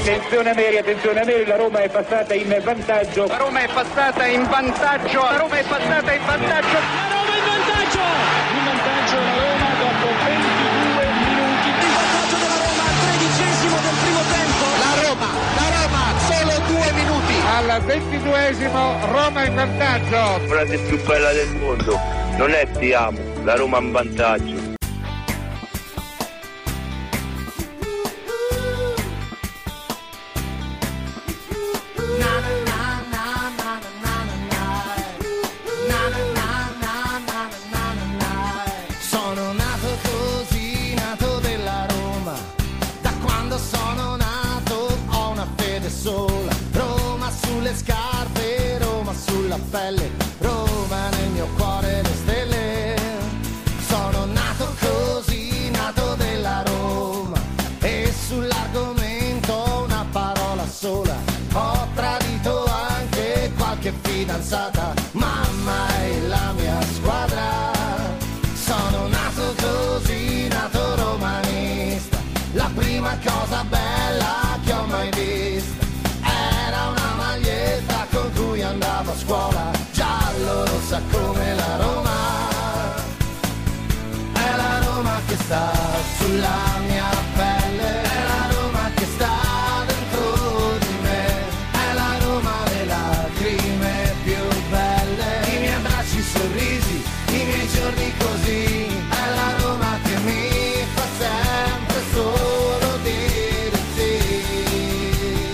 Attenzione Neri, la Roma è passata in vantaggio. La Roma è passata in vantaggio. La Roma è passata in vantaggio. La Roma in vantaggio. In vantaggio la Roma dopo 22 minuti. Il vantaggio della Roma al 13° del primo tempo. La Roma, solo 2 minuti. Al 22esimo Roma in vantaggio. La frase più bella del mondo non è ti amo, la Roma in vantaggio. Sono nato così, nato della Roma. Da quando sono nato ho una fede sola. Roma sulle scarpe, Roma sulla pelle, Roma nel mio cuore le stelle. Sono nato così, nato della Roma. E sull'argomento una parola sola. Ho tradito anche qualche fidanzata, mamma è la mia squadra. Sono nato così, nato romanista. La prima cosa bella che ho mai vista era una maglietta con cui andavo a scuola, giallo-rossa come la Roma. È la Roma che sta sulla mia pelle, è la Roma che sta dentro di me, è la Roma le lacrime più belle, i miei abbracci, sorrisi, i miei giorni così, è la Roma che mi fa sempre solo dire sì.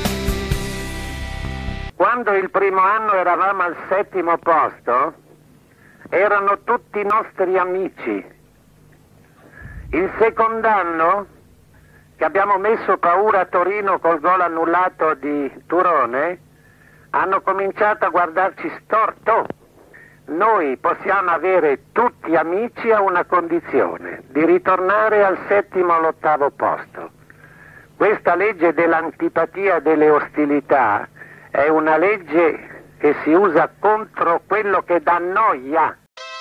Quando il primo anno eravamo al 7° posto, erano tutti nostri amici. Il secondo anno, che abbiamo messo paura a Torino col gol annullato di Turone, hanno cominciato a guardarci storto. Noi possiamo avere tutti amici a una condizione, di ritornare al 7° o all'8° posto. Questa legge dell'antipatia e delle ostilità è una legge che si usa contro quello che dà noia.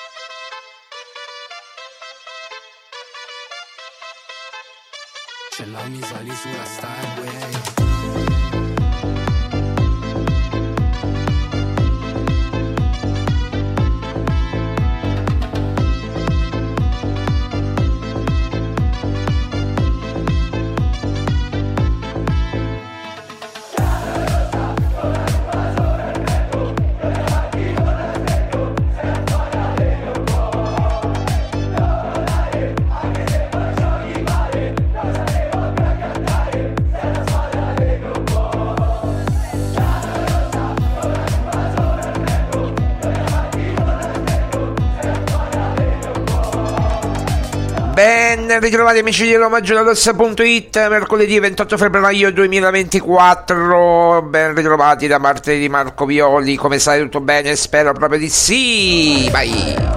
Ce l'ho mi sali sulla Starway. Ben ritrovati amici di RomaGiallorossa.it, mercoledì 28 febbraio 2024, ben ritrovati da parte di Marco Violi. Come stai, tutto bene? Spero proprio di sì, vai!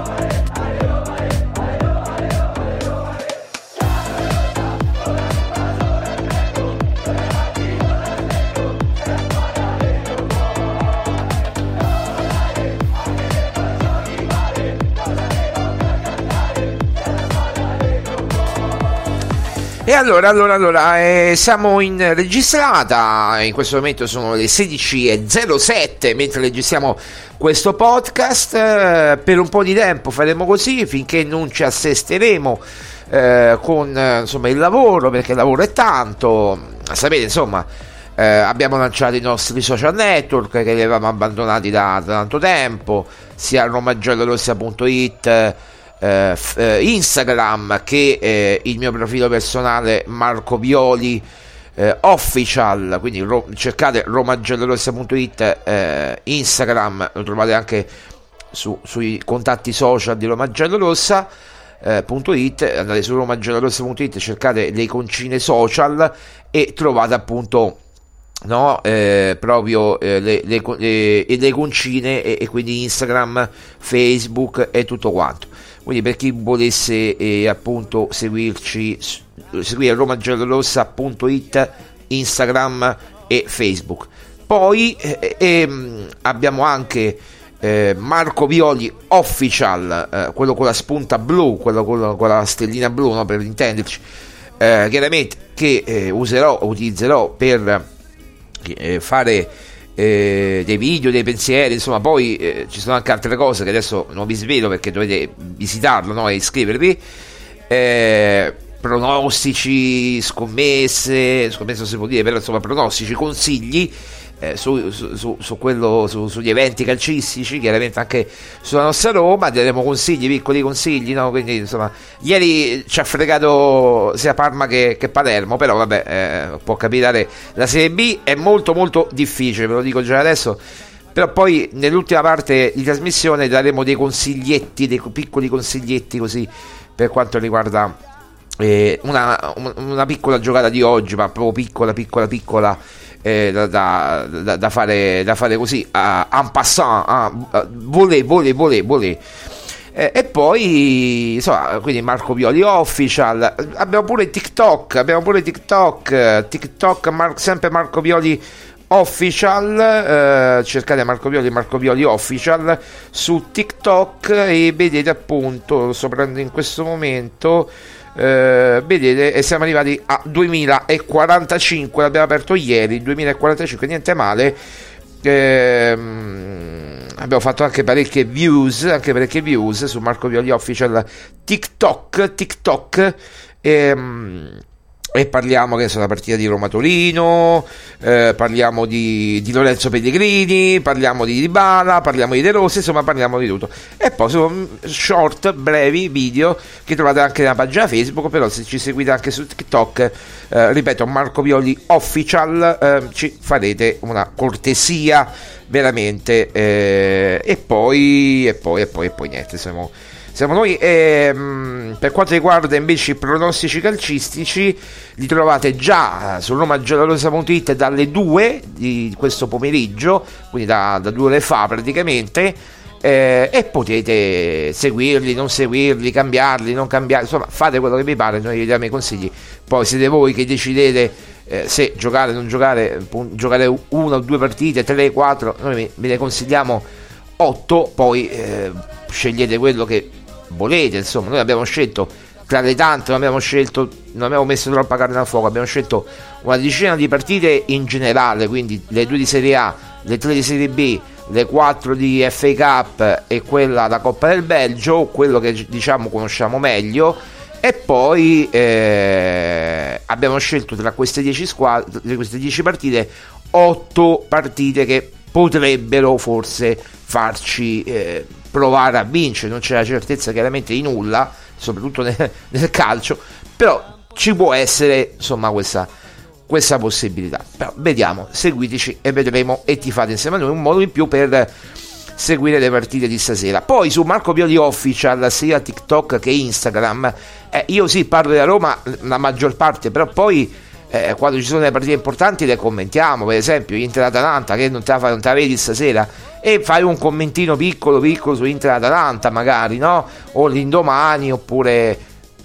E allora, siamo in registrata, in questo momento sono le 16:07 mentre registriamo questo podcast. Per un po' di tempo faremo così finché non ci assesteremo con insomma il lavoro, perché il lavoro è tanto, sapete, insomma. Abbiamo lanciato i nostri social network che li avevamo abbandonati da tanto tempo, sia romagiallorossa.it, Instagram, che il mio profilo personale Marco Violi official, quindi cercate romagiallorossa.it, Instagram, lo trovate anche sui contatti social di romagiallorossa.it, andate su romagiallorossa.it, cercate le iconcine social e trovate appunto proprio le iconcine e quindi Instagram, Facebook e tutto quanto. Quindi per chi volesse appunto seguire romagiallorossa.it, Instagram e Facebook. Poi abbiamo anche Marco Violi Official, quello con la spunta blu, quello con la stellina blu, no, per intenderci, chiaramente, che utilizzerò per fare dei video, dei pensieri, insomma. Poi ci sono anche altre cose che adesso non vi svelo perché dovete visitarlo, no? E iscrivervi. Pronostici, scommesse non si può dire, però insomma pronostici, consigli su quello, sugli eventi calcistici, chiaramente anche sulla nostra Roma daremo consigli, piccoli consigli, no? Quindi insomma ieri ci ha fregato sia Parma che Palermo, però vabbè, può capitare. La Serie B è molto molto difficile, ve lo dico già adesso, però poi nell'ultima parte di trasmissione daremo dei consiglietti, dei piccoli consiglietti così per quanto riguarda una piccola giocata di oggi, ma proprio piccola, da fare così en passant, volé. E poi insomma, quindi Marco Pioli Official, abbiamo pure TikTok, sempre Marco Pioli Official, cercate Marco Pioli Official su TikTok e vedete, appunto, lo sto prendendo in questo momento, vedete, e siamo arrivati a 2045, l'abbiamo aperto ieri, 2045, niente male. Abbiamo fatto anche parecchie views su Marco Pioli Official TikTok, e parliamo, che è la partita di Roma-Torino, parliamo di Lorenzo Pellegrini, parliamo di Dybala, parliamo di De Rossi, insomma parliamo di tutto. E poi sono short, brevi video che trovate anche nella pagina Facebook, però se ci seguite anche su TikTok, ripeto, Marco Pioli Official, ci farete una cortesia veramente, e poi niente, siamo noi. Per quanto riguarda invece i pronostici calcistici, li trovate già su romagiallorosa.it dalle 2 di questo pomeriggio, quindi da 2 ore fa praticamente, e potete seguirli, non seguirli, cambiarli, non cambiarli, insomma fate quello che vi pare, noi vi diamo i consigli, poi siete voi che decidete se giocare o non giocare, giocare 1 o 2 partite, 3, 4, noi ve ne consigliamo 8, poi scegliete quello che volete, insomma. Noi abbiamo scelto tra le tante, non abbiamo messo troppa carne al fuoco, abbiamo scelto una decina di partite in generale, quindi le 2 di Serie A, le 3 di Serie B, le 4 di FA Cup e quella da Coppa del Belgio, quello che diciamo conosciamo meglio, e poi abbiamo scelto tra queste 10 squadre, queste 10 partite, 8 partite che potrebbero forse farci provare a vincere. Non c'è la certezza chiaramente di nulla, soprattutto nel calcio, però ci può essere, insomma, questa possibilità. Però vediamo, seguiteci e vedremo, e tifate insieme a noi, un modo in più per seguire le partite di stasera. Poi su Marco Pioli Official, sia TikTok che Instagram, io sì parlo della Roma la maggior parte, però poi quando ci sono delle partite importanti le commentiamo, per esempio Inter-Atalanta, che non te la vedi stasera, e fai un commentino piccolo su Inter-Atalanta magari, no? O l'indomani, oppure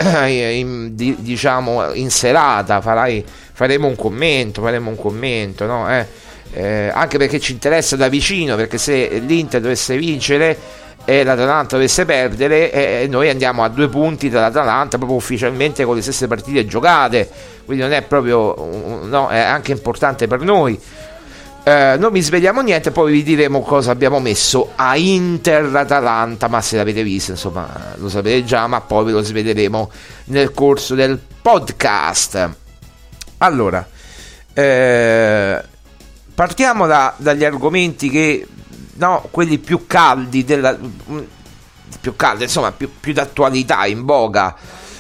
diciamo in serata faremo un commento, no? Anche perché ci interessa da vicino, perché se l'Inter dovesse vincere e l'Atalanta dovesse perdere, noi andiamo a 2 punti dall'Atalanta, proprio ufficialmente, con le stesse partite giocate, quindi non è proprio no, è anche importante per noi. Non vi svegliamo niente, poi vi diremo cosa abbiamo messo a Inter-Atalanta, ma se l'avete visto, insomma, lo sapete già, ma poi ve lo sveleremo nel corso del podcast. Allora, partiamo dagli argomenti che, no, quelli più caldi, insomma, più d'attualità, in voga.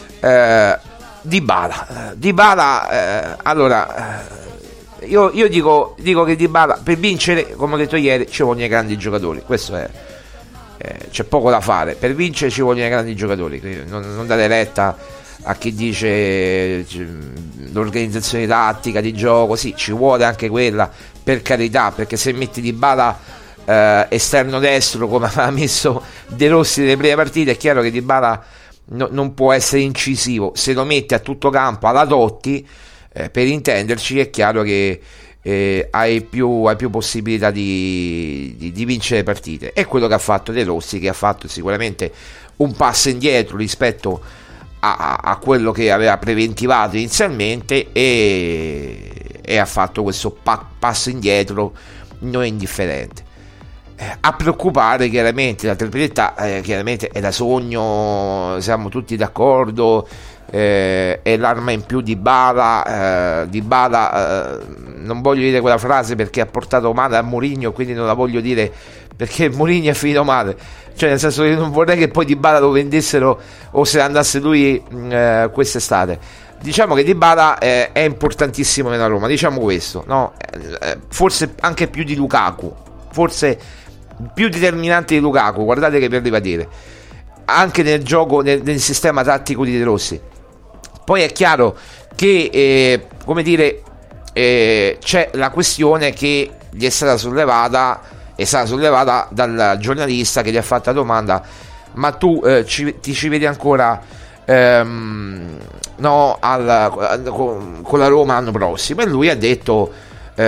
Dybala, allora, io dico che Dybala, per vincere, come ho detto ieri, ci vogliono i grandi giocatori. Questo è, c'è poco da fare. Per vincere ci vogliono i grandi giocatori. Non date retta a chi dice l'organizzazione tattica di gioco. Sì, ci vuole anche quella, per carità, perché se metti Dybala esterno destro, come aveva messo De Rossi nelle prime partite, è chiaro che Dybala non può essere incisivo. Se lo metti a tutto campo alla Totti, per intenderci, è chiaro che hai più possibilità di vincere partite. È quello che ha fatto De Rossi, che ha fatto sicuramente un passo indietro rispetto a quello che aveva preventivato inizialmente, e e ha fatto questo passo indietro non indifferente. A preoccupare chiaramente la tripletta, chiaramente è da sogno, siamo tutti d'accordo, è l'arma in più di Dybala. Non voglio dire quella frase perché ha portato male a Mourinho, quindi non la voglio dire perché Mourinho è finito male, cioè nel senso che non vorrei che poi Dybala lo vendessero o se andasse lui quest'estate. Diciamo che Dybala è importantissimo nella Roma, diciamo questo, no? Forse anche più di Lukaku, forse più determinante di Lukaku, guardate che vi arriva a dire, anche nel gioco, nel sistema tattico di De Rossi. Poi è chiaro che come dire, c'è la questione che gli è stata sollevata dal giornalista che gli ha fatto la domanda: ma tu ti ci vedi ancora no, con la Roma l'anno prossimo? E lui ha detto: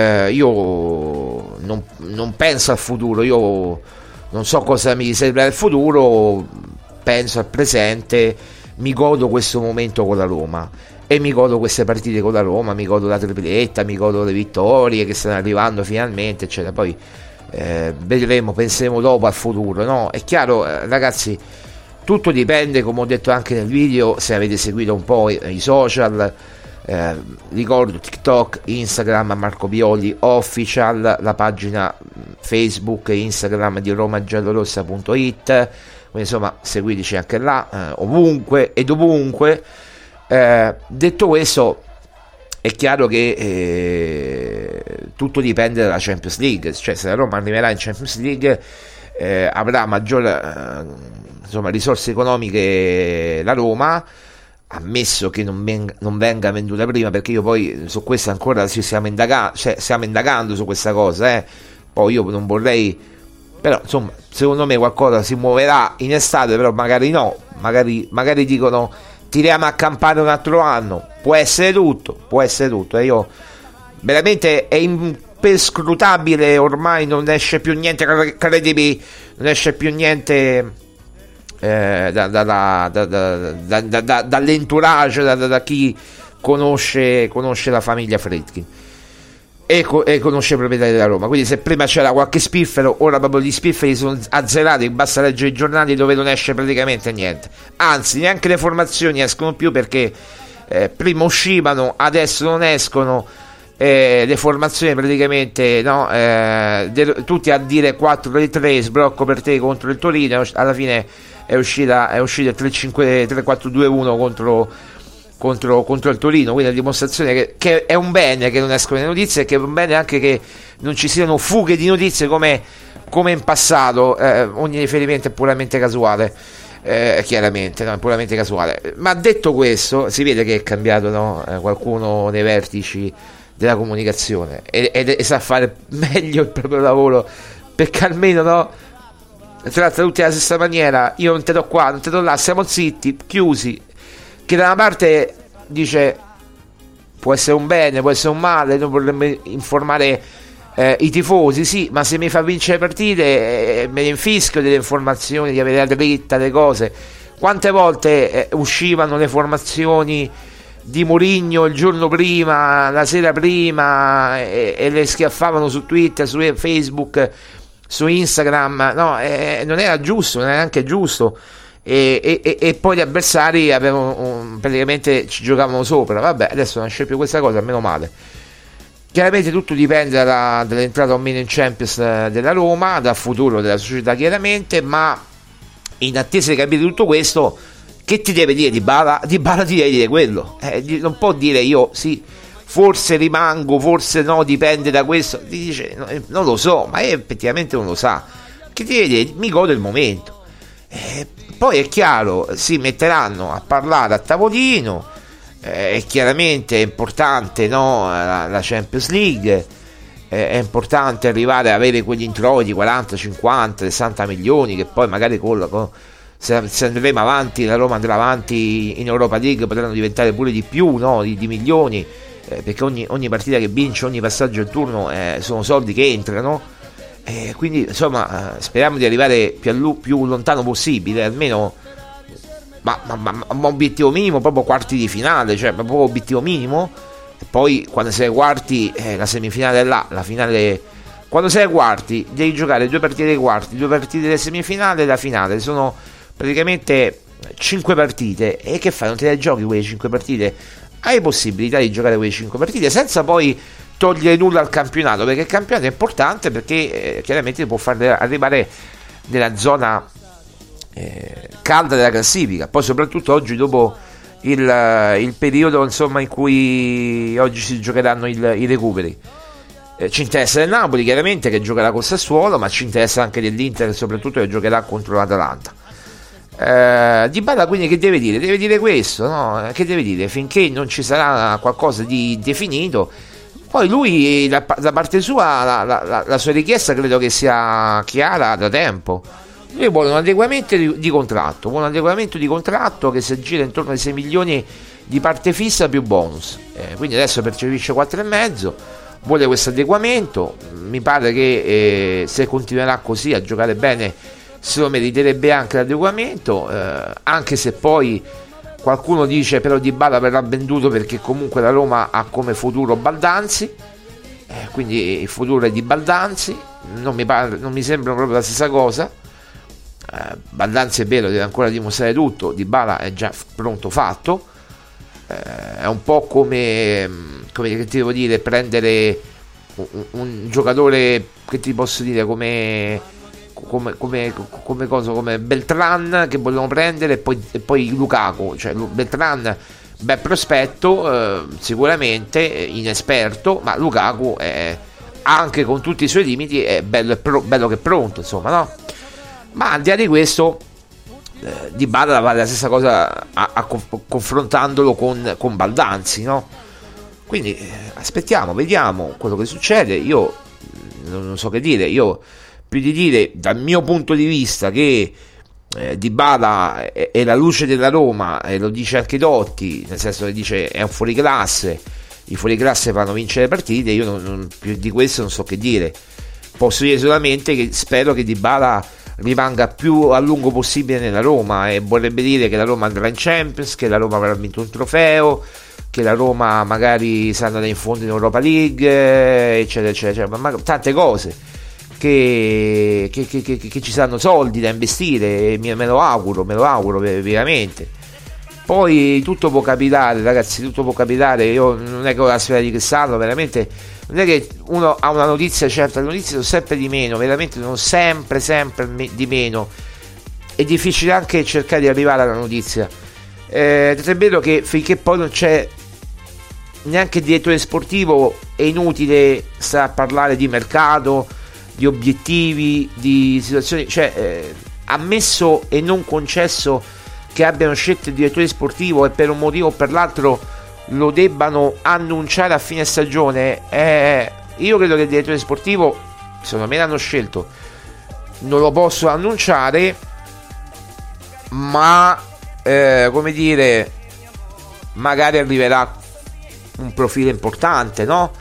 io non penso al futuro, io non so cosa mi riserverà il futuro, penso al presente, mi godo questo momento con la Roma e mi godo queste partite con la Roma, mi godo la tripletta, mi godo le vittorie che stanno arrivando finalmente, eccetera. Poi vedremo, penseremo dopo al futuro, no? È chiaro, ragazzi, tutto dipende, come ho detto anche nel video, se avete seguito un po' i social. Ricordo TikTok, Instagram Marco Pioli Official, la pagina Facebook e Instagram di romagiallorossa.it, quindi insomma seguiteci anche là, ovunque e dovunque. Detto questo, è chiaro che tutto dipende dalla Champions League, cioè se la Roma arriverà in Champions League avrà maggior insomma risorse economiche la Roma, ammesso che non venga venduta prima, perché io poi su questo ancora stiamo indagando su questa cosa, poi io non vorrei, però insomma secondo me qualcosa si muoverà in estate, però magari no, magari dicono tiriamo a campare un altro anno, può essere tutto, io veramente è imperscrutabile, ormai non esce più niente, credimi, non esce più niente dall'entourage, da chi conosce la famiglia Friedkin e conosce i proprietari della Roma. Quindi se prima c'era qualche spiffero, ora proprio gli spifferi sono azzerati, basta leggere i giornali dove non esce praticamente niente, anzi neanche le formazioni escono più, perché prima uscivano, adesso non escono. Le formazioni praticamente, no, tutti a dire 4-3-3, sblocco per te contro il Torino, alla fine è uscita il 3-4-2-1 contro il Torino, quindi la dimostrazione che è un bene che non escono le notizie, e che è un bene anche che non ci siano fughe di notizie come in passato. Ogni riferimento è puramente casuale, chiaramente, no, è puramente casuale. Ma detto questo, si vede che è cambiato, no? Qualcuno dei vertici della comunicazione e sa fare meglio il proprio lavoro, perché almeno, no, tratta tutti alla stessa maniera, io non te do qua, non te do là, siamo zitti, chiusi, che da una parte dice può essere un bene, può essere un male, noi vorremmo informare i tifosi, sì, ma se mi fa vincere partite me ne infischio delle informazioni, di avere la dritta, le cose. Quante volte uscivano le formazioni di Mourinho il giorno prima, la sera prima, e le schiaffavano su Twitter, su Facebook, su Instagram, no, non era giusto, non era neanche giusto, e poi gli avversari avevano praticamente ci giocavano sopra. Vabbè, adesso non c'è più questa cosa, meno male. Chiaramente tutto dipende dall'entrata o meno in Champions della Roma, dal futuro della società chiaramente, ma in attesa di capire tutto questo, che ti deve dire Dybala? Dybala ti deve dire quello, non può dire io sì, forse rimango, forse no, dipende da questo, ti dice non lo so, ma effettivamente non lo sa, che ti deve dire mi godo il momento. Poi è chiaro, si metteranno a parlare a tavolino, chiaramente è importante, no, la Champions League, è importante arrivare a avere quegli introiti 40, 50, 60 milioni che poi magari se andremo avanti, la Roma andrà avanti in Europa League, potranno diventare pure di più, no, di milioni, perché ogni partita che vince, ogni passaggio in turno sono soldi che entrano, quindi insomma speriamo di arrivare più lontano possibile, almeno ma obiettivo minimo proprio quarti di finale, cioè proprio obiettivo minimo, Poi quando sei ai quarti, la semifinale è là, la finale. Quando sei ai quarti devi giocare 2 partite ai quarti, 2 partite delle semifinali e la finale. Sono praticamente 5 partite. E che fai? Non te le giochi quelle 5 partite? Hai possibilità di giocare quelle 5 partite senza poi togliere nulla al campionato, perché il campionato è importante, perché chiaramente può far arrivare nella zona calda della classifica. Poi soprattutto oggi, dopo il periodo, insomma, in cui oggi si giocheranno i recuperi, ci interessa del Napoli chiaramente, che giocherà col Sassuolo, ma ci interessa anche dell'Inter, soprattutto, che giocherà contro l'Atalanta. Dybala quindi che deve dire? Deve dire questo, no? Che deve dire? Finché non ci sarà qualcosa di definito. Poi lui, da parte sua, la sua richiesta credo che sia chiara da tempo. Lui vuole un adeguamento di contratto, che si aggira intorno ai 6 milioni di parte fissa più bonus. Quindi adesso percepisce 4,5, vuole questo adeguamento. Mi pare che se continuerà così a giocare bene se lo meriterebbe anche l'adeguamento, anche se poi qualcuno dice però Dybala verrà venduto perché comunque la Roma ha come futuro Baldanzi, quindi il futuro è di Baldanzi. Non mi sembra proprio la stessa cosa. Baldanzi è vero, deve ancora dimostrare tutto, Dybala è già pronto fatto. È un po' come che ti devo dire, prendere un giocatore, che ti posso dire, come Beltran, che volevano prendere, e poi Lukaku. Cioè Beltran, bel prospetto, sicuramente inesperto, ma Lukaku è, anche con tutti i suoi limiti, è bello che pronto, insomma, no? Ma al di là di questo, Dybala vale la stessa cosa confrontandolo con Baldanzi, no? Quindi aspettiamo, vediamo quello che succede. Io non so che dire. Io, più di dire, dal mio punto di vista, che Dybala è la luce della Roma, e lo dice anche Dotti, nel senso che dice è un fuoriclasse, i fuoriclasse fanno vincere partite. Io più di questo non so che dire. Posso dire solamente che spero che Dybala rimanga più a lungo possibile nella Roma, e vorrebbe dire che la Roma andrà in Champions, che la Roma avrà vinto un trofeo, che la Roma magari sarà andata in fondo in Europa League, eccetera eccetera, ma tante cose, che ci saranno soldi da investire, me lo auguro veramente. Poi tutto può capitare, ragazzi, tutto può capitare. Io non è che ho la sfera di cristallo, veramente. Non è che uno ha una notizia certa, le notizie sono sempre di meno, veramente sono sempre di meno. È difficile anche cercare di arrivare alla notizia. È vero che finché poi non c'è neanche il direttore sportivo, è inutile stare a parlare di mercato, di obiettivi, di situazioni. Cioè, ammesso e non concesso che abbiano scelto il direttore sportivo e per un motivo o per l'altro lo debbano annunciare a fine stagione, io credo che il direttore sportivo, secondo me l'hanno scelto, non lo posso annunciare, ma come dire, magari arriverà un profilo importante, no?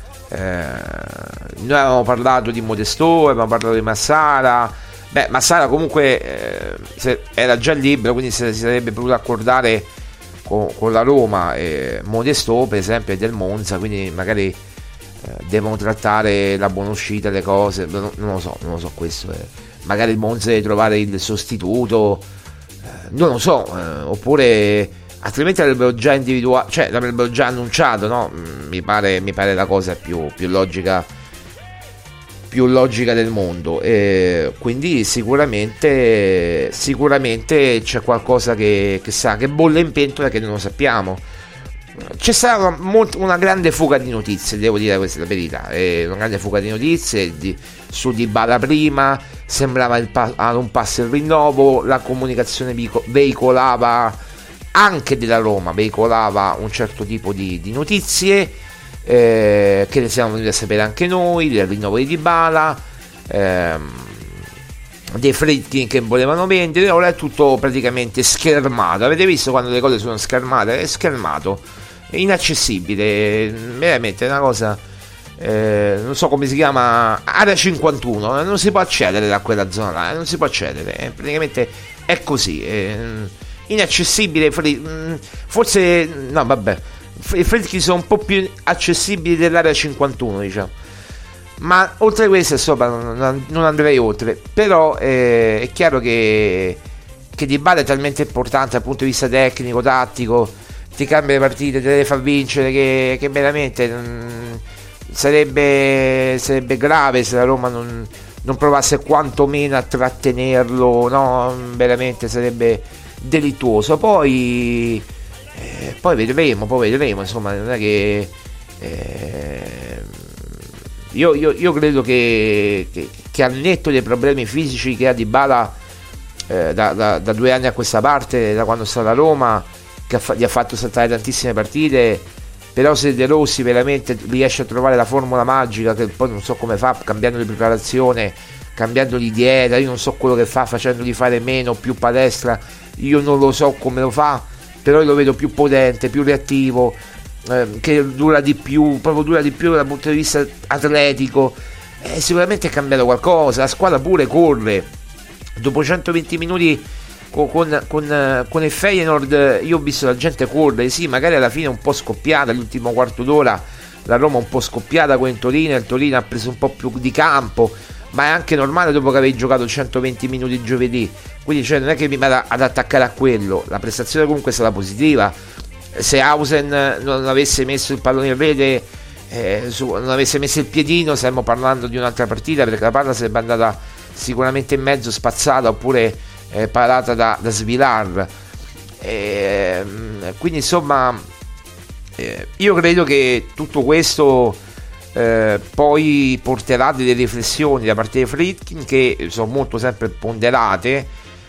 Noi avevamo parlato di Modesto, avevamo parlato di Massara. Massara comunque era già libero, quindi si sarebbe potuto accordare con la Roma. Modesto per esempio è del Monza, quindi magari devono trattare la buona uscita, le cose, non lo so questo, magari il Monza deve trovare il sostituto, non lo so, oppure altrimenti l'avrebbero già individuato, cioè l'avrebbero già annunciato, no? Mi pare la cosa più logica del mondo, quindi sicuramente c'è qualcosa che bolle in pentola, che non lo sappiamo. C'è stata una grande fuga di notizie, devo dire questa è la verità, una grande fuga di notizie su Dybala. Prima sembrava a non passo il rinnovo, la comunicazione veicolava, anche della Roma veicolava un certo tipo di notizie, che ne siamo venuti a sapere anche noi, del rinnovo di Dybala, dei Friedkin che volevano vendere. Ora è tutto praticamente schermato. Avete visto quando le cose sono schermate? È schermato, è inaccessibile, veramente è una cosa, non so come si chiama, area 51, non si può accedere da quella zona là, non si può accedere, praticamente è così, inaccessibile. Forse no, vabbè, i Friedkin sono un po' più accessibili dell'area 51, diciamo, ma oltre questo insomma non andrei oltre. Però è chiaro che Dybala è talmente importante dal punto di vista tecnico, tattico, ti cambia le partite, te le fa vincere, che veramente sarebbe grave se la Roma non provasse quantomeno a trattenerlo, no? Veramente sarebbe delittuoso. Poi vedremo, insomma, non è che io credo che al netto dei problemi fisici che ha Dybala da 2 anni a questa parte, da quando sta a Roma, che gli ha fatto saltare tantissime partite, però se De Rossi veramente riesce a trovare la formula magica, che poi non so come fa, cambiando di preparazione, cambiando di dieta, io non so quello che fa, facendogli fare meno, più palestra, io non lo so come lo fa, però io lo vedo più potente, più reattivo, che dura di più dal punto di vista atletico, sicuramente è cambiato qualcosa. La squadra pure corre, dopo 120 minuti con il Feyenoord io ho visto la gente correre, sì, magari alla fine un po' scoppiata, l'ultimo quarto d'ora la Roma un po' scoppiata con il Torino, e il Torino ha preso un po' più di campo, ma è anche normale dopo che avevi giocato 120 minuti giovedì, quindi non è che mi vada ad attaccare a quello. La prestazione comunque è stata positiva. Se Hausen non avesse messo il pallone in rete, non avesse messo il piedino, stiamo parlando di un'altra partita, perché la palla sarebbe andata sicuramente in mezzo, spazzata, oppure parata da Svilar. Quindi insomma io credo che tutto questo poi porterà delle riflessioni da parte dei Friedkin, che sono molto sempre ponderate,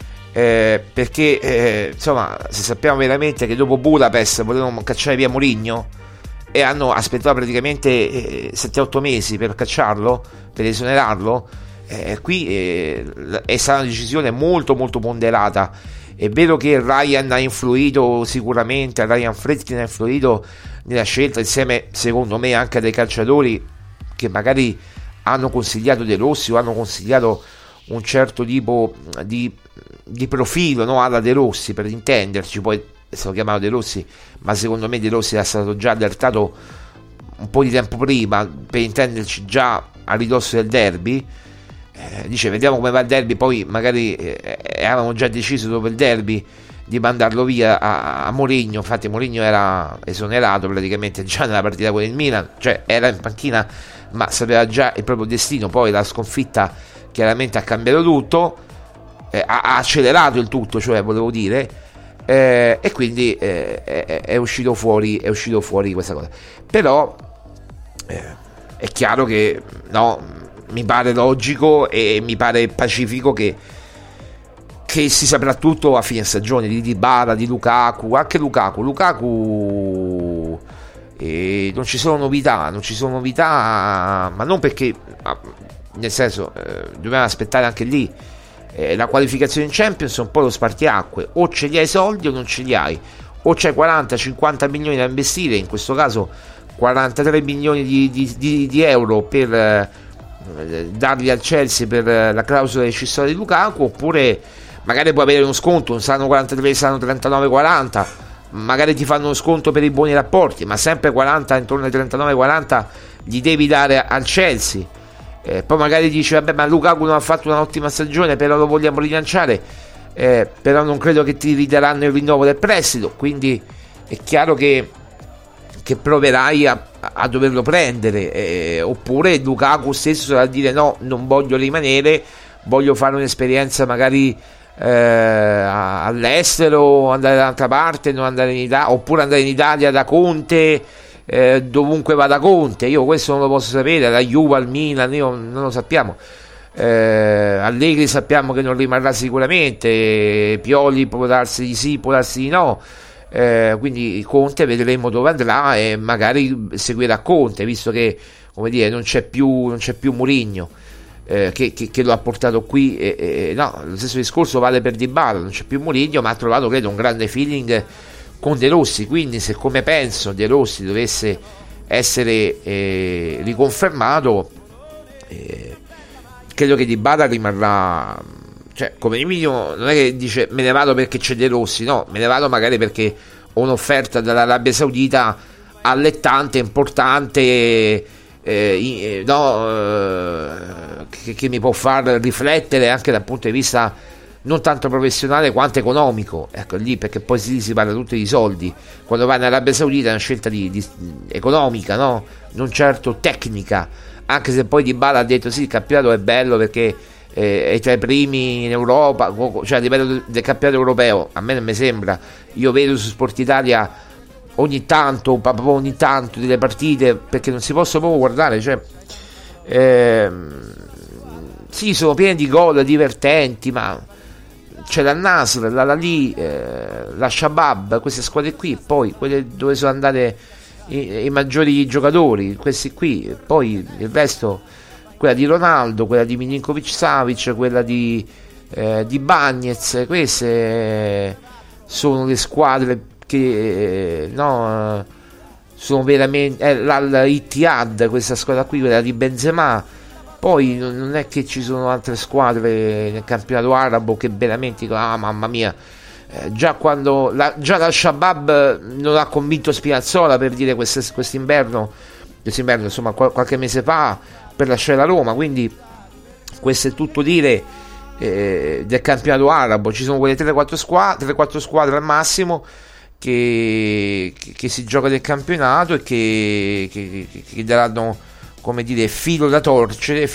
perché insomma, se sappiamo veramente che dopo Budapest volevano cacciare via Mourinho e hanno aspettato praticamente 7-8 mesi per cacciarlo, per esonerarlo, qui è stata una decisione molto molto ponderata. È vero che Ryan ha influito sicuramente, Ryan Friedkin ha influito nella scelta, insieme secondo me anche a dei calciatori che magari hanno consigliato De Rossi o hanno consigliato un certo tipo di profilo, no? Alla De Rossi, per intenderci. Poi è stato chiamato De Rossi, ma secondo me De Rossi era stato già allertato un po' di tempo prima, per intenderci già a ridosso del derby. Dice vediamo come va il derby, poi magari avevamo già deciso dopo il derby di mandarlo via a Mourinho. Infatti Mourinho era esonerato praticamente già nella partita con il Milan, cioè era in panchina ma sapeva già il proprio destino. Poi la sconfitta chiaramente ha cambiato tutto, ha accelerato il tutto, cioè volevo dire, e quindi è uscito fuori questa cosa. Però è chiaro che no, mi pare logico e mi pare pacifico che si saprà tutto a fine stagione di Dybala, di Lukaku. Anche Lukaku non ci sono novità, ma non perché, nel senso, dobbiamo aspettare anche lì la qualificazione in Champions, è un po' lo spartiacque, o ce li hai i soldi o non ce li hai, o c'hai 40-50 milioni da investire, in questo caso 43 milioni di euro per darli al Chelsea per la clausola rescissoria di Lukaku, oppure magari puoi avere uno sconto, non saranno 43, saranno 39-40, magari ti fanno uno sconto per i buoni rapporti, ma sempre 40, intorno ai 39-40 gli devi dare al Chelsea. Poi magari dici vabbè, ma Lukaku non ha fatto un'ottima stagione, però lo vogliamo rilanciare, però non credo che ti ridaranno il rinnovo del prestito, quindi è chiaro che proverai a doverlo prendere, oppure Lukaku stesso sarà a dire no, non voglio rimanere, voglio fare un'esperienza magari all'estero, andare da un'altra parte, non andare in Italia, oppure andare in Italia da Conte, dovunque vada Conte. Io questo non lo posso sapere, da Juve al Milan io non lo sappiamo. Allegri sappiamo che non rimarrà sicuramente, Pioli può darsi di sì, può darsi di no. Quindi Conte vedremo dove andrà e magari seguirà Conte, visto che, come dire, non c'è più Mourinho che lo ha portato qui, no, lo stesso discorso vale per Dybala, non c'è più Mourinho, ma ha trovato credo un grande feeling con De Rossi, quindi se come penso De Rossi dovesse essere riconfermato, credo che Dybala rimarrà. Cioè, come minimo, non è che dice me ne vado perché c'è De Rossi, no, me ne vado magari perché ho un'offerta dall'Arabia Saudita allettante, importante, che mi può far riflettere anche dal punto di vista non tanto professionale quanto economico, ecco, lì, perché poi si parla tutto di soldi. Quando vai in Arabia Saudita è una scelta economica, no? Non certo tecnica, anche se poi Dybala ha detto sì, il campionato è bello perché è tra i primi in Europa, cioè a livello del campionato europeo. A me non mi sembra, io vedo su Sport Italia ogni tanto delle partite, perché non si possono proprio guardare, cioè sì, sono pieni di gol divertenti, ma c'è la Nasr, la Lali, la Shabab, queste squadre qui, poi quelle dove sono andate i maggiori giocatori, questi qui, poi il resto, quella di Ronaldo, quella di Milinkovic-Savic, quella di Bagnez, queste sono le squadre che sono veramente l'Ittihad, questa squadra qui, quella di Benzema. Poi non è che ci sono altre squadre nel campionato arabo che veramente dicono ah mamma mia, già quando la Shabab non ha convinto Spinazzola, per dire, quest'inverno insomma qualche mese fa, per lasciare la Roma. Quindi questo è tutto dire del campionato arabo. Ci sono quelle 3-4 squadre al massimo che si gioca del campionato e che daranno, come dire, filo da torcere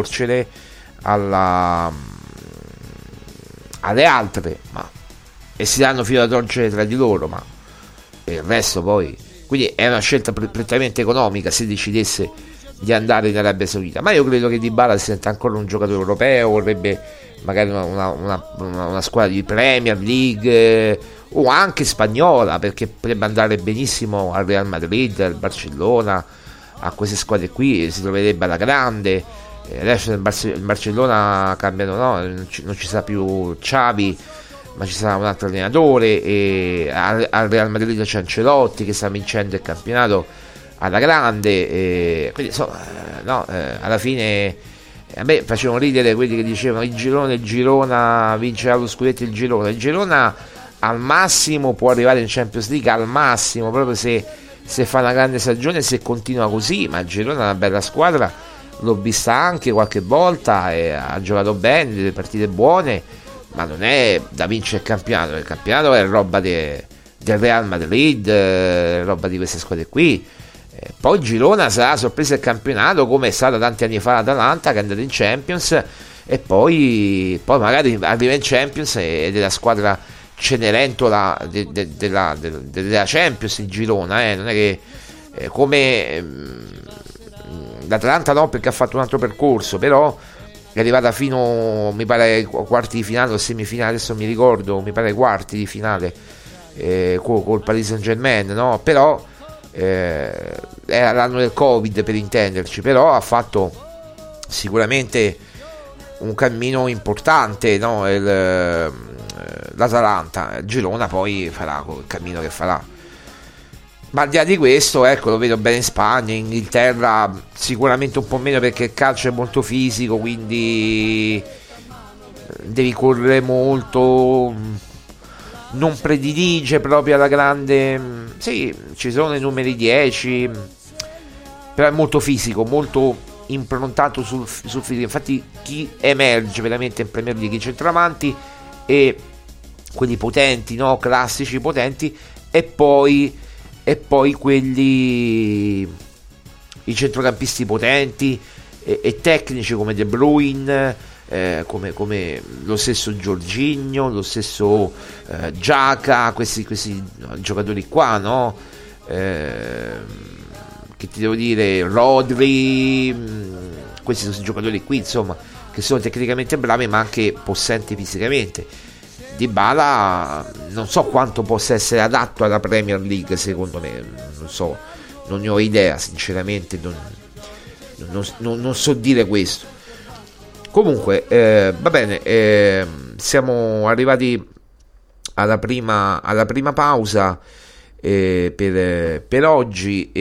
alle altre, e si danno filo da torcere tra di loro, ma il resto poi, quindi è una scelta prettamente economica se decidesse di andare in Arabia Saudita. Ma io credo che Dybala si senta ancora un giocatore europeo, vorrebbe magari una squadra di Premier League o anche spagnola, perché potrebbe andare benissimo al Real Madrid, al Barcellona, a queste squadre qui si troverebbe alla grande. Adesso il Barcellona cambiano, no? Non ci sarà più Xavi, ma ci sarà un altro allenatore, e al Real Madrid c'è Ancelotti che sta vincendo il campionato alla grande, quindi alla fine a me facevano ridere quelli che dicevano il Girona vincerà lo scudetto. Il Girona al massimo può arrivare in Champions League, al massimo, proprio se fa una grande stagione, se continua così. Ma il Girona è una bella squadra, l'ho vista anche qualche volta e ha giocato bene, delle partite buone, ma non è da vincere il campionato è roba del Real Madrid, roba di queste squadre qui. Poi il Girona sarà sorpresa del campionato, come è stata tanti anni fa l'Atalanta, che è andata in Champions, e poi magari arriva in Champions ed è la squadra Cenerentola della Champions, il Girona, non è che come l'Atalanta, no, perché ha fatto un altro percorso, però è arrivata fino, mi pare, ai quarti di finale o semifinale, adesso mi ricordo, mi pare ai quarti di finale col Paris Saint-Germain, no? Però era l'anno del Covid, per intenderci, però ha fatto sicuramente un cammino importante, no? L'Atalanta. Il Girona poi farà il cammino che farà, ma al di là di questo, ecco, lo vedo bene in Spagna, in Inghilterra sicuramente un po' meno, perché il calcio è molto fisico, quindi devi correre molto, non predilige proprio alla grande. Sì, ci sono i numeri 10, però è molto fisico, molto improntato sul fisico. Infatti chi emerge veramente in Premier League, i centravanti e quelli potenti, no, classici potenti, e poi quelli, i centrocampisti potenti e tecnici come De Bruyne, come lo stesso Jorginho, lo stesso Xhaka, questi giocatori qua, no? Che ti devo dire, Rodri, questi sono giocatori qui, insomma, che sono tecnicamente bravi ma anche possenti fisicamente. Dybala non so quanto possa essere adatto alla Premier League, secondo me, non so, non ne ho idea sinceramente, non so dire questo. Comunque va bene, siamo arrivati alla prima pausa per oggi,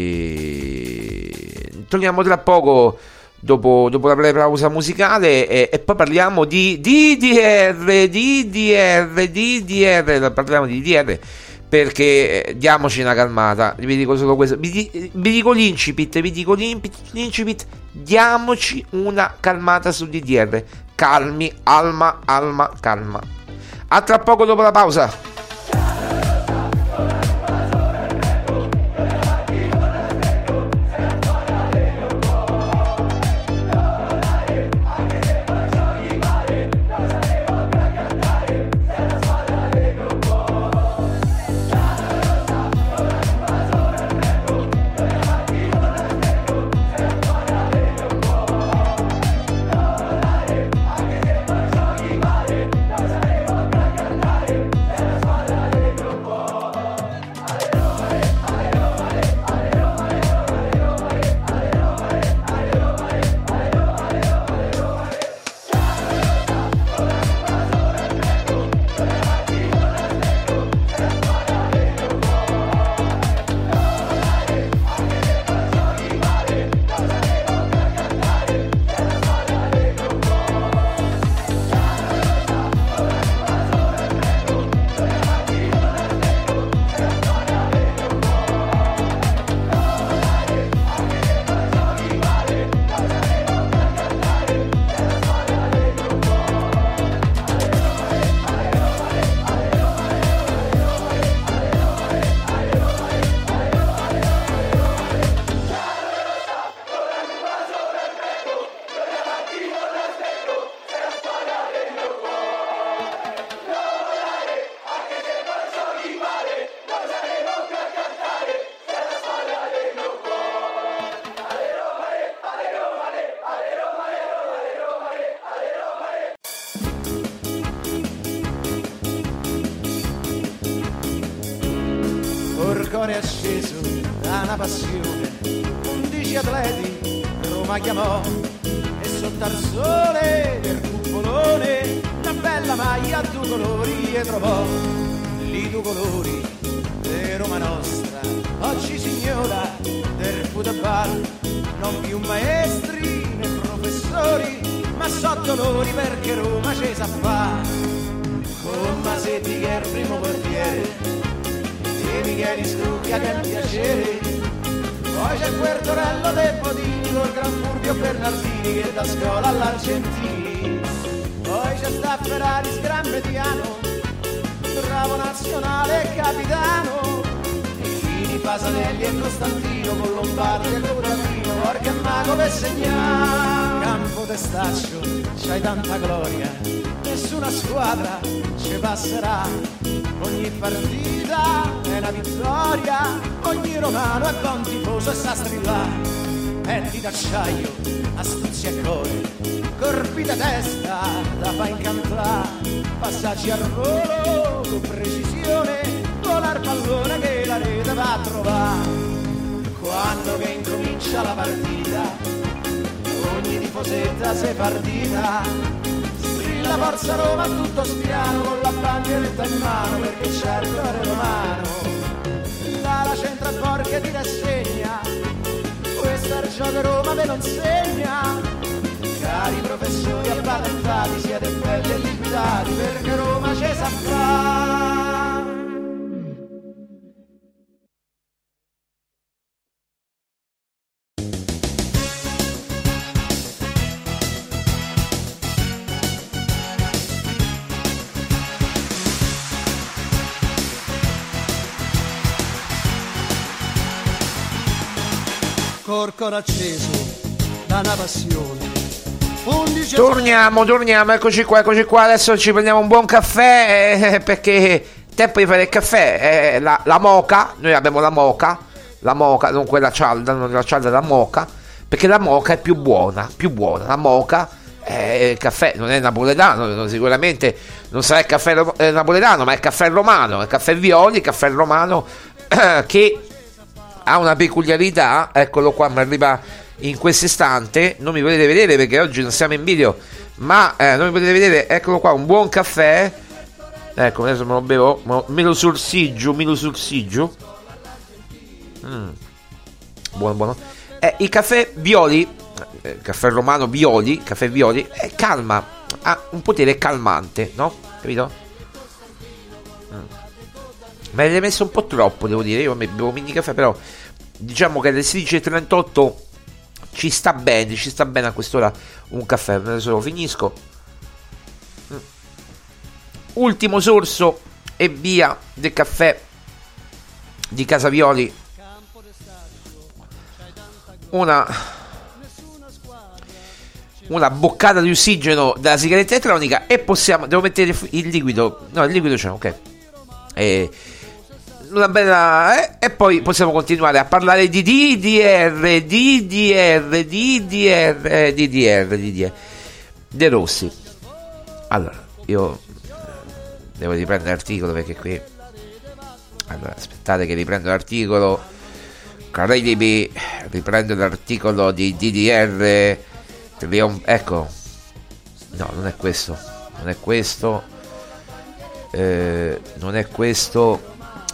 e torniamo tra poco dopo la breve pausa musicale, e poi parliamo di DDR, parliamo di DDR perché diamoci una calmata. Vi dico solo questo, vi dico l'incipit, diamoci una calmata sul DDR. Calmi, calma. A tra poco dopo la pausa. Cuore acceso da una passione, 11 atleti Roma chiamò e sotto al sole del cupolone una bella maglia a due colori e trovò lì due colori di Roma nostra. Oggi signora del football, non più maestri né professori, ma so dolori perché Roma ci sa fa. Con Masetti che è il primo portiere e Micheli Scrucchia che è un piacere, poi c'è Guertorello De Bodini col gran Furbio Bernardini che da scuola all'Argentini, poi c'è sta Ferrari Sgrammetiano, bravo nazionale e capitano, e Fini, Pasanelli e Costantino con Lombardi e Curatino, porca e mago per segnare. Campo Testaccio, c'hai tanta gloria, nessuna squadra ci passerà, ogni partita è una vittoria, ogni romano è buon tifoso e sa strillare. Petti d'acciaio, astuzia e core, corpi da testa da fa incantare, passaggi al volo con precisione, volar pallone che la rete va a trovare. Quando che incomincia la partita, ogni tifosetta se partita, strilla Forza Roma a tutto spiano con la bandieretta in mano perché c'è il cuore romano. La centra fuori che ti rassegna, questo è il gioco Roma ve lo insegna. Cari professori appatentati, siete belli e liquidati perché Roma ci sa fare. Corcoro acceso da una passione. Torniamo, eccoci qua. Adesso ci prendiamo un buon caffè perché tempo di fare il caffè. La moka, noi abbiamo la moka, non quella cialda, non la cialda, la moka, perché la moka è più buona. La moka, il caffè non è napoletano, sicuramente non sarà il caffè napoletano, ma è il caffè romano, il caffè Violi, il caffè romano che ha una peculiarità, eccolo qua, mi arriva in questo istante, non mi potete vedere perché oggi non siamo in video, ma non mi potete vedere, eccolo qua, un buon caffè, ecco, adesso me lo bevo, me lo sorsiggio, buono, il caffè Violi, caffè romano caffè Violi, calma, ha un potere calmante, no? Capito? Me l'hai messo un po' troppo, devo dire. Io bevo mini caffè, però diciamo che alle 16:38 ci sta bene a quest'ora un caffè. Adesso lo finisco. Ultimo sorso e via del caffè di Casa Violi. Una boccata di ossigeno dalla sigaretta elettronica e devo mettere il liquido. No, il liquido c'è, ok. Una bella e poi possiamo continuare a parlare di DDR De Rossi. Allora, io devo riprendere l'articolo perché qui, allora aspettate che riprendo l'articolo. Credibi, riprendo l'articolo di DDR ecco, no, non è questo, non è questo, non è questo,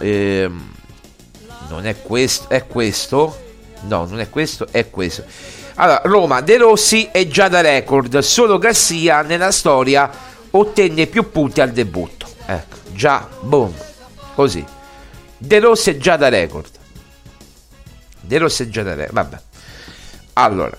non è questo, è questo, no, non è questo, è questo. Allora, Roma, De Rossi è già da record, solo Garcia nella storia ottenne più punti al debutto. Ecco, già, boom, così. De Rossi è già da record. De Rossi è già da record, vabbè. Allora,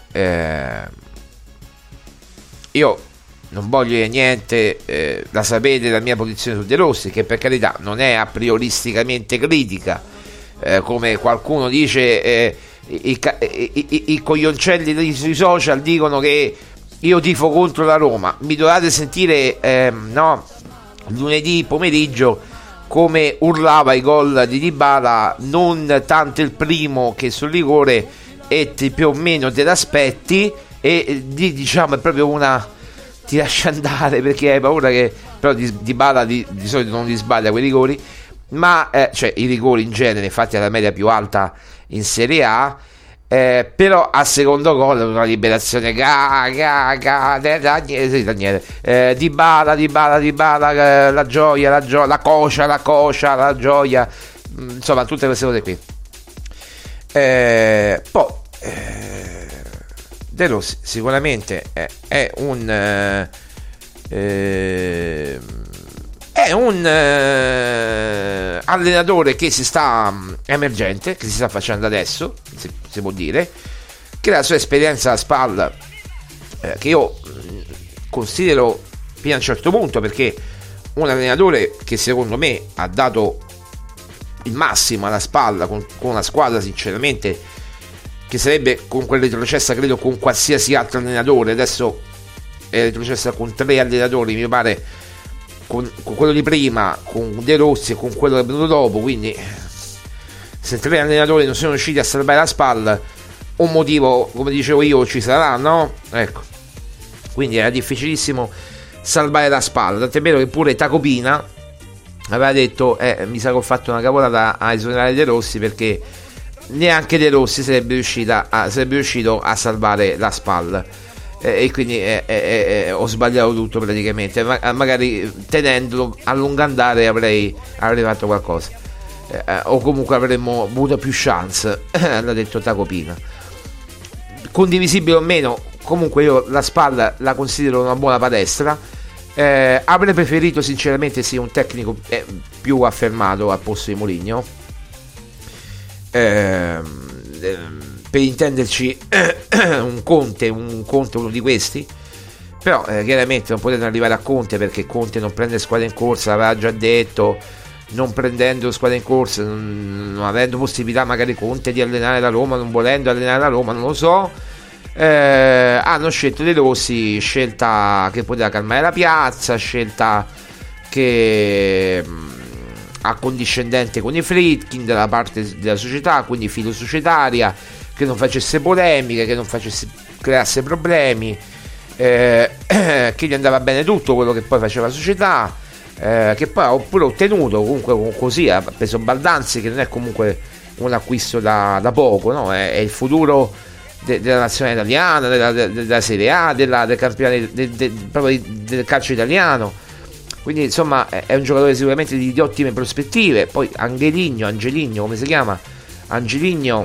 io non voglio dire niente, la sapete la mia posizione su De Rossi, che per carità non è a prioristicamente critica, come qualcuno dice, i coglioncelli sui social dicono che io tifo contro la Roma. Mi dovete sentire no, lunedì pomeriggio come urlava i gol di Dybala, non tanto il primo che sul rigore, e più o meno te l'aspetti, e diciamo è proprio una ti lascia andare perché hai paura che però Dybala di solito non li sbaglia quei rigori, ma cioè i rigori in genere, infatti è la media più alta in Serie A, però al secondo gol una liberazione Daniele, Dybala la gioia, la coscia, la gioia, insomma tutte queste cose qui. Poi De Rossi sicuramente è un allenatore che si sta emergente, che si sta facendo adesso, si può dire, che la sua esperienza a spalla, che io considero fino a un certo punto, perché un allenatore che secondo me ha dato il massimo alla spalla con una squadra sinceramente che sarebbe con quella retrocessa credo con qualsiasi altro allenatore, adesso è retrocessa con 3 allenatori mi pare, con quello di prima, con De Rossi e con quello che è venuto dopo, quindi se 3 allenatori non sono riusciti a salvare la spalla, un motivo, come dicevo io, ci sarà, no? Ecco, quindi era difficilissimo salvare la spalla, tant'è vero che pure Tacopina aveva detto mi sa che ho fatto una cavolata a esonerare De Rossi, perché neanche De Rossi sarebbe riuscito a salvare la spalla, e quindi ho sbagliato tutto praticamente, magari tenendolo a lungo andare avrei fatto qualcosa, o comunque avremmo avuto più chance, l'ha detto Tacopina. Condivisibile o meno, comunque io la spalla la considero una buona palestra, avrei preferito sinceramente un tecnico più affermato al posto di Mourinho, per intenderci un Conte uno di questi, però chiaramente non potete arrivare a Conte, perché Conte non prende squadra in corsa, l'aveva già detto, non prendendo squadra in corsa, non avendo possibilità magari Conte di allenare la Roma, non volendo allenare la Roma, non lo so, hanno scelto De Rossi, scelta che poteva calmare la piazza, scelta che accondiscendente con i Friedkin dalla parte della società, quindi filo societaria, che non facesse polemiche, che non creasse problemi, che gli andava bene tutto quello che poi faceva la società, che poi ha pure ottenuto comunque così, ha preso Baldanzi, che non è comunque un acquisto da poco, no? È il futuro della nazionale italiana, della Serie A, del campionato proprio del calcio italiano. Quindi insomma è un giocatore sicuramente di ottime prospettive. Poi Angeligno come si chiama? Angeligno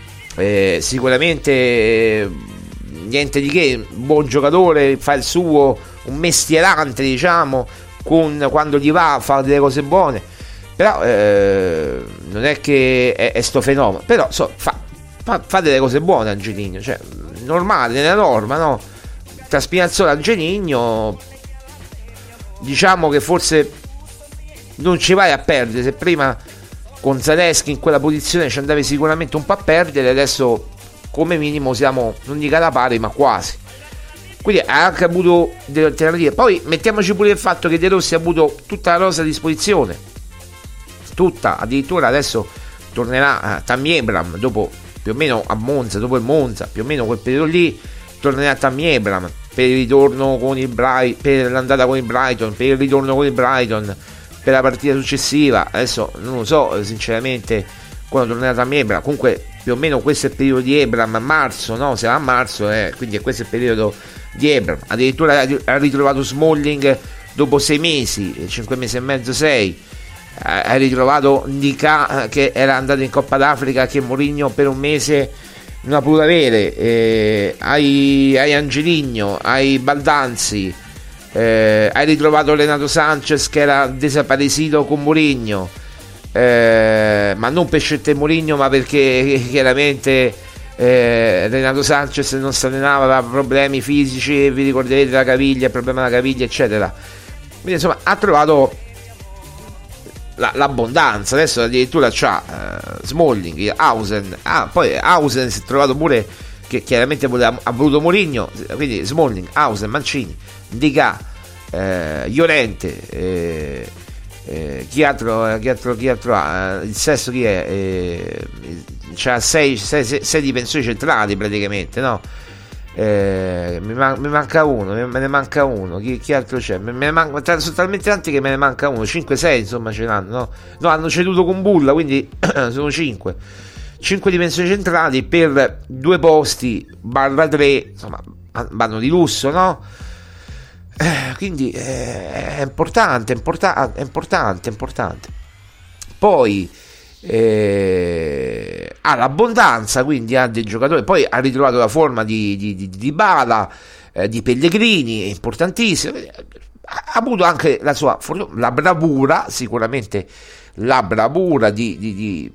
sicuramente niente di che, buon giocatore, fa il suo, un mestierante diciamo, quando gli va fa delle cose buone, Però non è che è sto fenomeno, però fa delle cose buone Angelino, cioè normale, nella norma, no? Tra Spinazzola e Angelino, diciamo che forse non ci vai a perdere. Se prima con Zaleschi in quella posizione ci andavi sicuramente un po' a perdere, adesso come minimo siamo, non dico alla pari, ma quasi. Quindi ha anche avuto delle alternative. Poi mettiamoci pure il fatto che De Rossi ha avuto tutta la rosa a disposizione, tutta, addirittura adesso tornerà Tammy Abraham dopo più o meno a Monza, dopo il Monza, più o meno quel periodo lì, tornerà Tammy Abraham per il ritorno con il Brighton, per l'andata con il Brighton, per il ritorno con il Brighton, per la partita successiva. Adesso non lo so sinceramente quando tornerà Tammy Abraham. Comunque più o meno questo è il periodo di Abraham, a marzo, no? Se va a marzo, quindi questo è il periodo di Abraham. Addirittura ha ritrovato Smalling dopo 6 mesi, 5 mesi e mezzo, 6. Ha ritrovato Ndicà che era andato in Coppa d'Africa, che Mourinho per un mese non ha potuto avere. Hai Angelino, hai Baldanzi, hai ritrovato Renato Sanchez che era desaparecido con Mourinho, ma non per scelte Mourinho, ma perché chiaramente Renato Sanchez non si allenava, aveva problemi fisici, vi ricorderete la caviglia, il problema della caviglia eccetera. Quindi insomma ha trovato l'abbondanza. Adesso addirittura c'ha Smalling, Hausen, poi Hausen si è trovato pure che chiaramente ha voluto Mourinho, quindi Smalling, Hausen, Mancini, Ndicà, Llorente, chi altro ha? Il sesto chi è? C'ha 6 difensori centrali praticamente, no? Mi manca uno, me ne manca uno. Chi altro c'è? Me ne manca, sono talmente tanti che me ne manca uno. 5-6 insomma ce l'hanno, no, hanno ceduto con Bulla, quindi sono 5 difensori centrali per 2 posti barra 3, insomma vanno di lusso, no? Quindi è importante. Poi ha l'abbondanza, quindi ha dei giocatori. Poi ha ritrovato la forma di Dybala, di Pellegrini, è importantissimo. Ha avuto anche la bravura, sicuramente la bravura di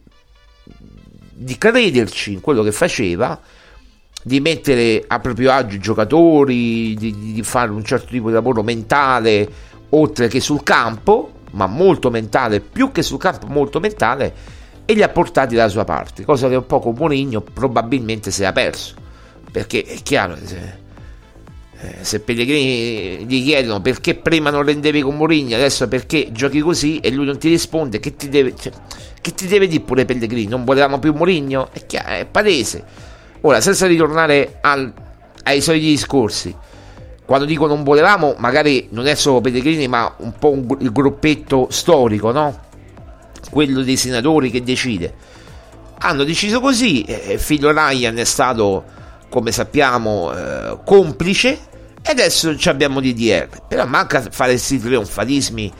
crederci in quello che faceva, di mettere a proprio agio i giocatori, di fare un certo tipo di lavoro mentale oltre che sul campo, ma molto mentale, più che sul campo molto mentale, e li ha portati dalla sua parte, cosa che un po' con Mourinho probabilmente si è perso, perché è chiaro, se Pellegrini gli chiedono perché prima non rendevi con Mourinho, adesso perché giochi così, e lui non ti risponde, che ti deve dire pure Pellegrini? Non volevamo più Mourinho? È chiaro, è palese. Ora, senza ritornare ai soliti discorsi, quando dico non volevamo, magari non è solo Pellegrini, ma un po' il gruppetto storico, no? Quello dei senatori che decide. Hanno deciso così, figlio Ryan è stato, come sappiamo, complice, e adesso ci abbiamo DDR. Però manca fare questi trionfalismi,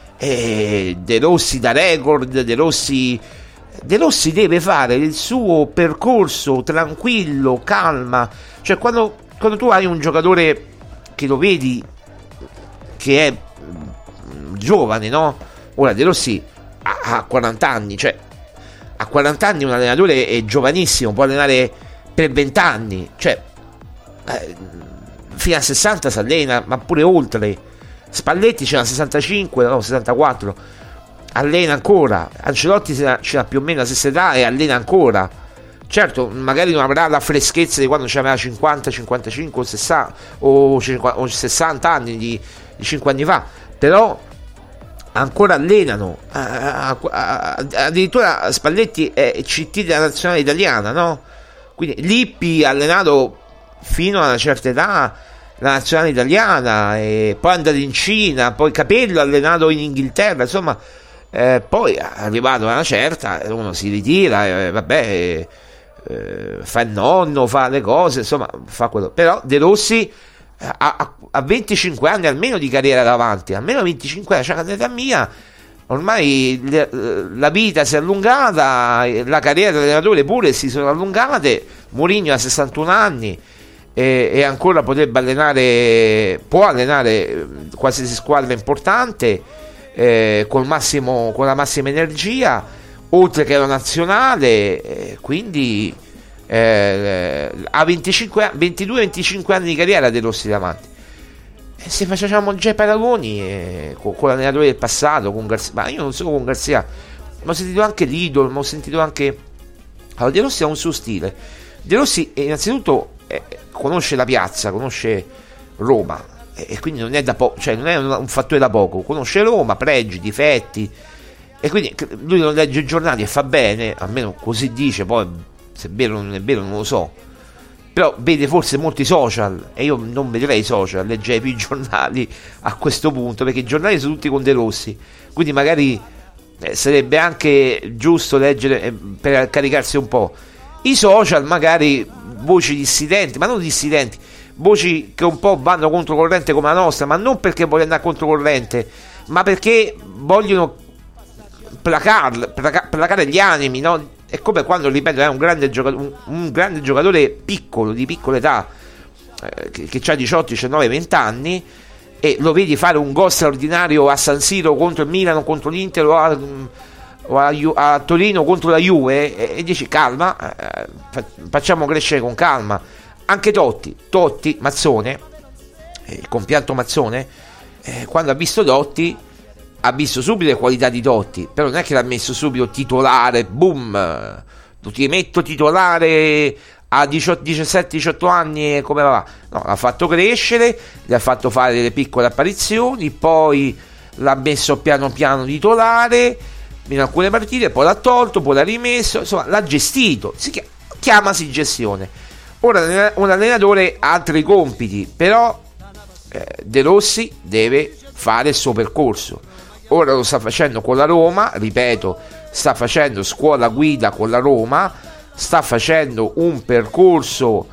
De Rossi da record, De Rossi deve fare il suo percorso tranquillo, calma. Cioè quando tu hai un giocatore che lo vedi che è giovane, no? Ora De Rossi ha 40 anni, cioè a 40 anni un allenatore è giovanissimo, può allenare per 20 anni, cioè fino a 60 si allena, ma pure oltre. Spalletti ce n'ha 65, no, 64, allena ancora. Ancelotti ce n'ha più o meno la stessa età e allena ancora. Certo, magari non avrà la freschezza di quando aveva 50, 55 o 60 anni di 5 anni fa, però ancora allenano. Addirittura Spalletti è CT della nazionale italiana, no? Quindi Lippi ha allenato fino a una certa età la nazionale italiana, e poi è andato in Cina, poi Capello ha allenato in Inghilterra, insomma, poi arrivato a una certa uno si ritira, fa il nonno, fa le cose, insomma fa quello. Però De Rossi ha 25 anni almeno di carriera davanti, almeno 25 anni, cioè l'età mia, ormai la vita si è allungata, la carriera dell'allenatore pure si sono allungate. Mourinho ha 61 anni e ancora potrebbe può allenare qualsiasi squadra importante, con la massima energia, oltre che la nazionale, quindi ha 22-25 anni di carriera De Rossi davanti. E se facciamo già i paragoni con l'allenatore del passato, con Garzia, ma io non solo con Garzia, ma ho sentito anche Lidl, ma ho sentito anche... Allora, De Rossi ha un suo stile. De Rossi innanzitutto conosce la piazza, conosce Roma, e quindi non è cioè non è un fattore da poco, conosce Roma, pregi, difetti, e quindi lui non legge i giornali e fa bene, almeno così dice, poi se è vero o non è vero non lo so, però vede forse molti social, e io non vedrei i social, leggerei più i giornali a questo punto, perché i giornali sono tutti con De Rossi, quindi magari sarebbe anche giusto leggere per caricarsi un po'. I social magari voci dissidenti, ma non dissidenti, voci che un po' vanno controcorrente come la nostra, ma non perché vogliono andare controcorrente, ma perché vogliono placare gli animi, no? È come quando, ripeto, è un grande giocatore piccolo, di piccola età, che ha 18, 19, 20 anni, e lo vedi fare un gol straordinario a San Siro contro il Milano, contro l'Inter o a Torino contro la Juve, e dici calma, facciamo crescere con calma. Anche Totti, Mazzone, il compianto Mazzone, quando ha visto Totti ha visto subito le qualità di Totti, però non è che l'ha messo subito titolare, boom, ti metto titolare a 17-18 anni, come va? No, l'ha fatto crescere, gli ha fatto fare delle piccole apparizioni, poi l'ha messo piano piano titolare in alcune partite, poi l'ha tolto, poi l'ha rimesso, insomma l'ha gestito, chiamasi gestione. Ora un allenatore ha altri compiti, però De Rossi deve fare il suo percorso. Ora lo sta facendo con la Roma, ripeto, sta facendo scuola guida con la Roma, sta facendo un percorso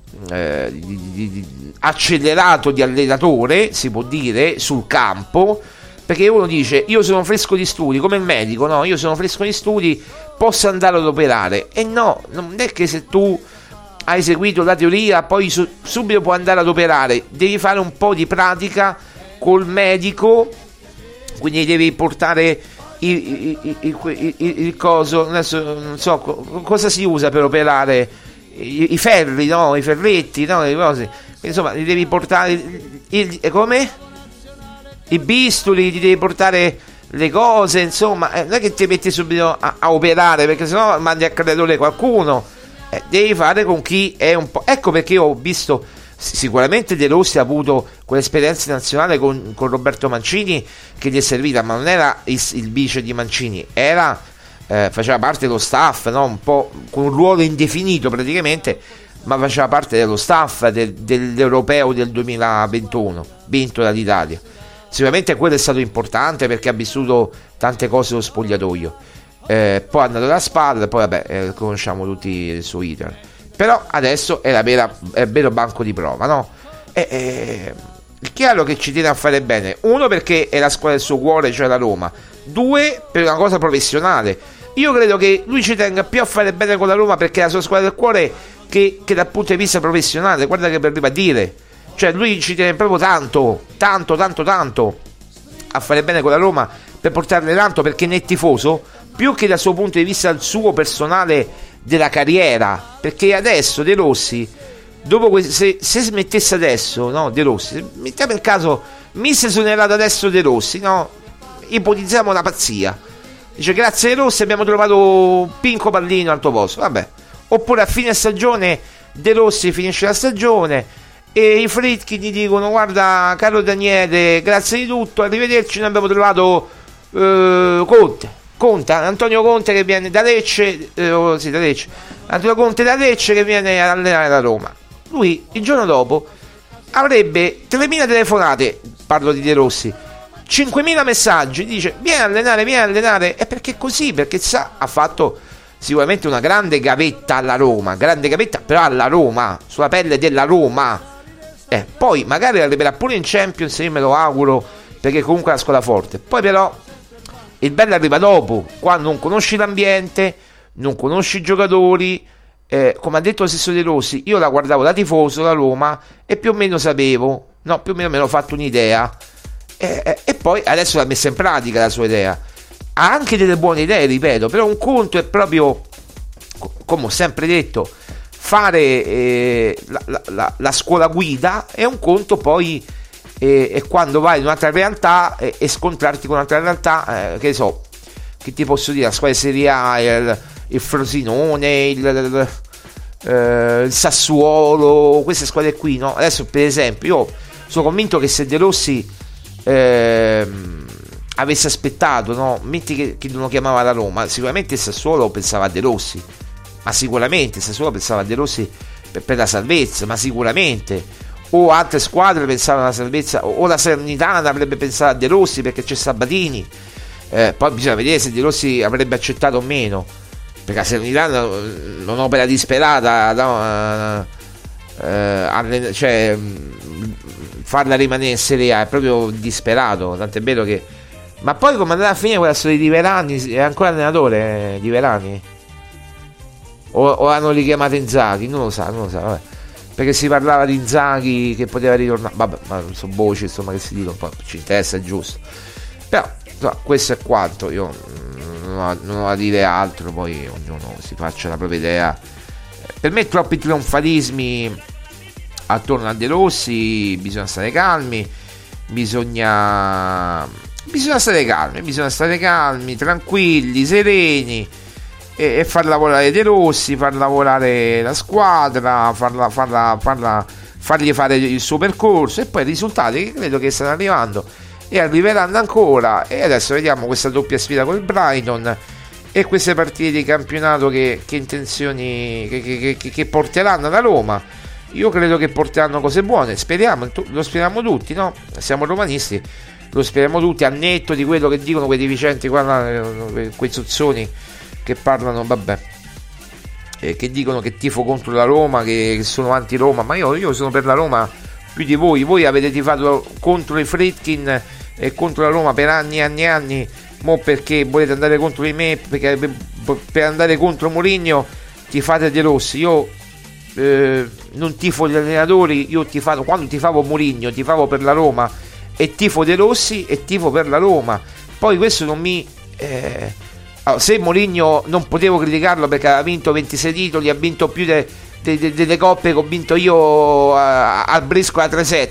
accelerato di allenatore, si può dire, sul campo, perché uno dice io sono fresco di studi, come il medico, no? Io sono fresco di studi, posso andare ad operare, e no, non è che se tu hai seguito la teoria poi subito puoi andare ad operare, devi fare un po' di pratica col medico, quindi devi portare il coso, adesso non so cosa si usa per operare, i ferri, no? I ferretti, no? Le cose. Quindi, insomma, li devi portare come? I bisturi, ti devi portare le cose, insomma, non è che ti metti subito a operare, perché sennò mandi a credere qualcuno, devi fare con chi è un po'. Ecco perché ho visto sicuramente De Rossi ha avuto quell'esperienza nazionale con Roberto Mancini che gli è servita, ma non era il vice di Mancini, era faceva parte dello staff, no? Un po' con un ruolo indefinito praticamente, ma faceva parte dello staff dell'Europeo del 2021 vinto dall'Italia. Sicuramente quello è stato importante perché ha vissuto tante cose allo spogliatoio, poi è andato alla SPAL, poi vabbè, conosciamo tutti il suo iter, però adesso è il vero banco di prova, no? È chiaro che ci tiene a fare bene, uno perché è la squadra del suo cuore, cioè la Roma, due per una cosa professionale. Io credo che lui ci tenga più a fare bene con la Roma perché è la sua squadra del cuore che dal punto di vista professionale. Guarda che per ribadire, cioè lui ci tiene proprio tanto a fare bene con la Roma, per portarle tanto, perché ne è tifoso più che dal suo punto di vista il suo personale della carriera, perché adesso De Rossi, dopo se smettesse adesso, no, De Rossi, mettiamo il caso mi si esonerata adesso De Rossi, no, ipotizziamo una pazzia, dice grazie De Rossi abbiamo trovato Pinco Pallino al tuo posto, vabbè, oppure a fine stagione De Rossi finisce la stagione e i Fritkin gli dicono guarda caro Daniele, grazie di tutto, arrivederci, noi abbiamo trovato Antonio Conte che viene da Lecce, Antonio Conte da Lecce che viene ad allenare la Roma. Lui il giorno dopo avrebbe 3.000 telefonate, parlo di De Rossi, 5.000 messaggi, dice vieni a allenare, e perché così? Perché ha fatto sicuramente una grande gavetta alla Roma, però alla Roma, sulla pelle della Roma, poi magari arriverà pure in Champions, io me lo auguro, perché comunque è una squadra forte, poi però il bello arriva dopo, quando non conosci l'ambiente, non conosci i giocatori, come ha detto lo stesso De Rossi, io la guardavo da tifoso, la Roma, e più o meno sapevo, no, più o meno me l'ho fatto un'idea, e poi adesso l'ha messa in pratica la sua idea. Ha anche delle buone idee, ripeto, però un conto è proprio, come ho sempre detto, fare la scuola guida, e un conto poi è quando vai in un'altra realtà e scontrarti con un'altra realtà, che so, che ti posso dire, la squadra di Serie A, il Frosinone, il Sassuolo, queste squadre qui, no? Adesso per esempio io sono convinto che se De Rossi avesse aspettato, no? Metti che non lo chiamava la Roma, sicuramente il Sassuolo pensava a De Rossi, ma sicuramente il Sassuolo pensava a De Rossi per la salvezza, ma sicuramente, o altre squadre pensavano alla salvezza, o la Salernitana avrebbe pensato a De Rossi perché c'è Sabatini. Poi bisogna vedere se De Rossi avrebbe accettato o meno, perché la Salernitana non opera disperata, no? Cioè farla rimanere in Serie A è proprio disperato, tant'è vero che, ma poi come andrà a finire quella storia di Verani? È ancora allenatore di Verani? O hanno richiamato Inzaghi? Non lo sa, vabbè. Perché si parlava di Inzaghi che poteva ritornare, vabbè, ma non so, voci insomma che si dicono, poi ci interessa, è giusto, però no, questo è quanto. Io non ho da dire altro, poi ognuno si faccia la propria idea. Per me troppi trionfalismi attorno a De Rossi, bisogna stare calmi, bisogna stare calmi, tranquilli, sereni, e far lavorare De Rossi, far lavorare la squadra, fargli fare il suo percorso, e poi i risultati che credo che stanno arrivando e arriveranno ancora. E adesso vediamo questa doppia sfida col Brighton e queste partite di campionato che intenzioni che porteranno la Roma. Io credo che porteranno cose buone, speriamo, lo speriamo tutti, no? Siamo romanisti, lo speriamo tutti, a netto di quello che dicono quei deficienti qua, quei zozzoni che parlano, vabbè, che dicono che tifo contro la Roma, che sono anti-Roma, ma io sono per la Roma più di voi avete tifato contro i Friedkin e contro la Roma per anni e anni e anni, mo perché volete andare contro di me, perché per andare contro Mourinho tifate De Rossi. Io non tifo gli allenatori, io quando tifavo Mourinho tifavo per la Roma, e tifo De Rossi e tifo per la Roma. Poi questo non mi se Mourinho non potevo criticarlo perché ha vinto 26 titoli, ha vinto più delle coppe che ho vinto io al Briscola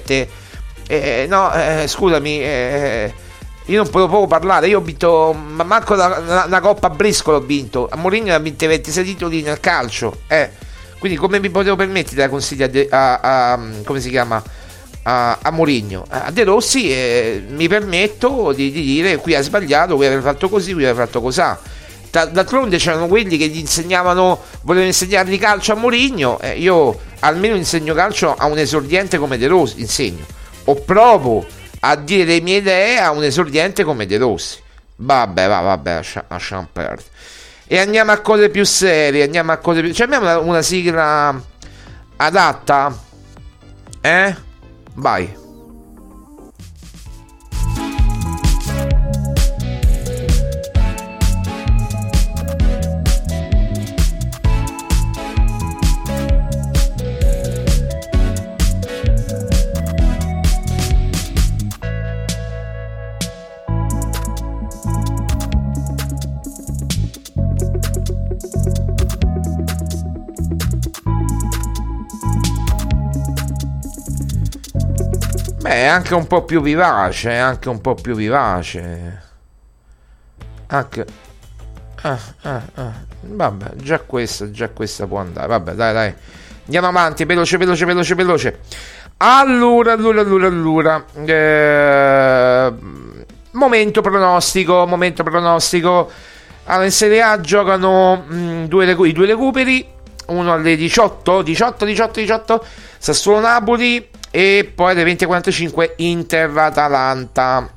3-7, scusami, io non potevo parlare, io ho vinto, ma manco una coppa a Briscola ho vinto, a Mourinho ha vinto 26 titoli nel calcio, quindi come mi potevo permettere da consigliare come si chiama, a Mourinho? A De Rossi mi permetto di dire: qui ha sbagliato, qui aveva fatto così, qui aveva fatto cosà. D'altronde c'erano quelli che gli insegnavano, volevano insegnargli calcio a Mourinho, io almeno insegno calcio a un esordiente come De Rossi, insegno, o provo a dire le mie idee a un esordiente come De Rossi. Vabbè, lasciamo perdere. E andiamo a cose più serie, cioè abbiamo una sigla adatta? Vai. È anche un po' più vivace, vabbè, già questa può andare, vabbè, dai, andiamo avanti, veloce. Allora, momento pronostico. Allora, in Serie A giocano i due recuperi, uno alle 18, Sassuolo-Napoli, e poi alle 20:45 Inter-Atalanta.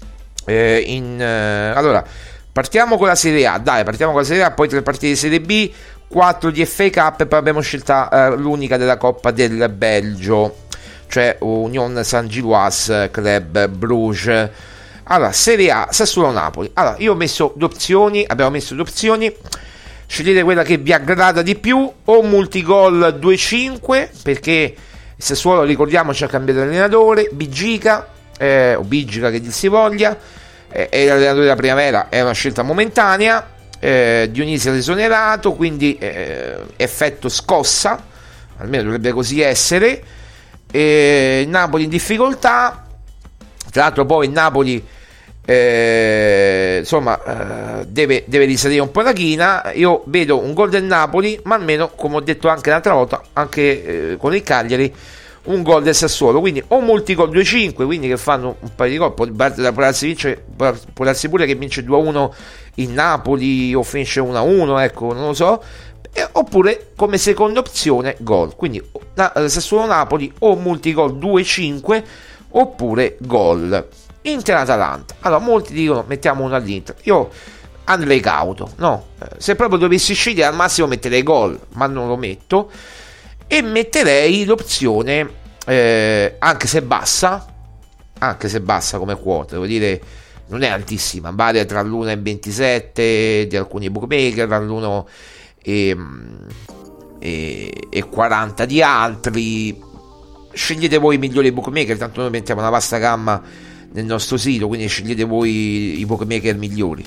Allora, partiamo con la Serie A, poi 3 partite di Serie B, 4 di FA Cup, e poi abbiamo scelta l'unica della Coppa del Belgio, cioè Union Saint-Gilloise Club Bruges. Allora, Serie A, Sassuolo-Napoli. Allora, abbiamo messo due opzioni, scegliete quella che vi aggrada di più, o multigol 2-5, perché il Sassuolo, ricordiamoci, ha cambiato allenatore, Bigica, o Bigica che dir si voglia, è l'allenatore della primavera, è una scelta momentanea. Dionisi è esonerato, quindi effetto scossa, almeno dovrebbe così essere. Napoli in difficoltà, tra l'altro poi il Napoli deve risalire un po' la china. Io vedo un gol del Napoli, ma almeno, come ho detto anche l'altra volta, anche con il Cagliari, un gol del Sassuolo, quindi o multigol 2-5, quindi che fanno un paio di gol, può darsi pure che vince 2-1 il Napoli o finisce 1-1, ecco, non lo so, oppure come seconda opzione gol, quindi Sassuolo-Napoli o multigol 2-5 oppure gol. Inter-Atalanta, allora molti dicono mettiamo uno all'Inter, io andrei cauto, no, se proprio dovessi scegliere al massimo metterei gol, ma non lo metto, e metterei l'opzione anche se bassa come quota, devo dire non è altissima, varia tra l'1,27 di alcuni bookmaker, tra l'1 e 40 di altri. Scegliete voi i migliori bookmaker, tanto noi mettiamo una vasta gamma nel nostro sito, quindi scegliete voi i bookmaker migliori.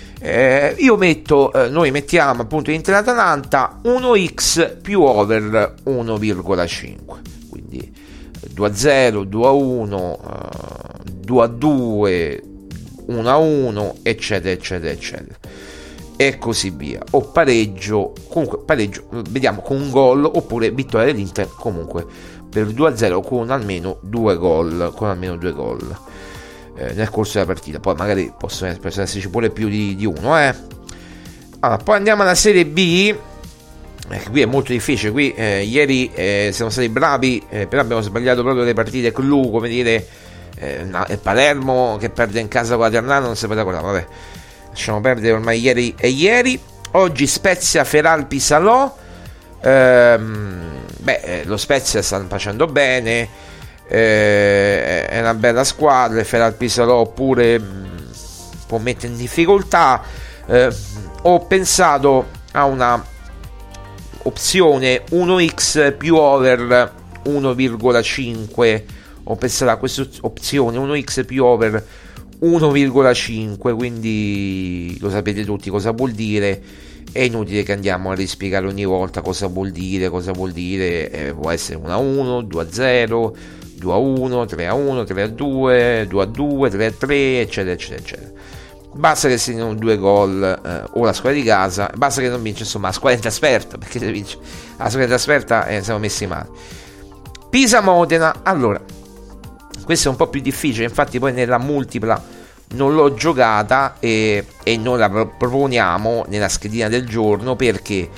Noi mettiamo appunto Inter-Atalanta 1x più over 1,5, quindi 2-0, 2-1, 2-2, 1-1, eccetera eccetera eccetera, e così via, o pareggio, comunque pareggio vediamo con un gol, oppure vittoria dell'Inter comunque per 2-0 con almeno 2 gol, nel corso della partita. Poi magari possono esserci pure più di uno, Allora, poi andiamo alla Serie B. Qui è molto difficile. Qui ieri siamo stati bravi, però abbiamo sbagliato proprio le partite clou, come dire, il Palermo che perde in casa con la Ternana, non si può ricordare, vabbè, lasciamo perdere, ormai ieri è ieri. Oggi Spezia, Feralpi, Salò. Lo Spezia sta facendo bene, è una bella squadra, il Feralpi Salò pure può mettere in difficoltà. Ho pensato a una opzione 1x più over 1,5, ho pensato a questa opzione 1x più over 1,5, quindi lo sapete tutti cosa vuol dire, è inutile che andiamo a rispiegare ogni volta cosa vuol dire, può essere 1-1, 2-0, 2-1, 3-1, 3-2, 2-2, 3-3, eccetera eccetera eccetera. Basta che siano 2 gol o la squadra di casa, basta che non vince, insomma, la squadra in trasferta, perché se vince la squadra in trasferta siamo messi male. Pisa-Modena, allora questo è un po' più difficile, infatti poi nella multipla non l'ho giocata e non la proponiamo nella schedina del giorno perché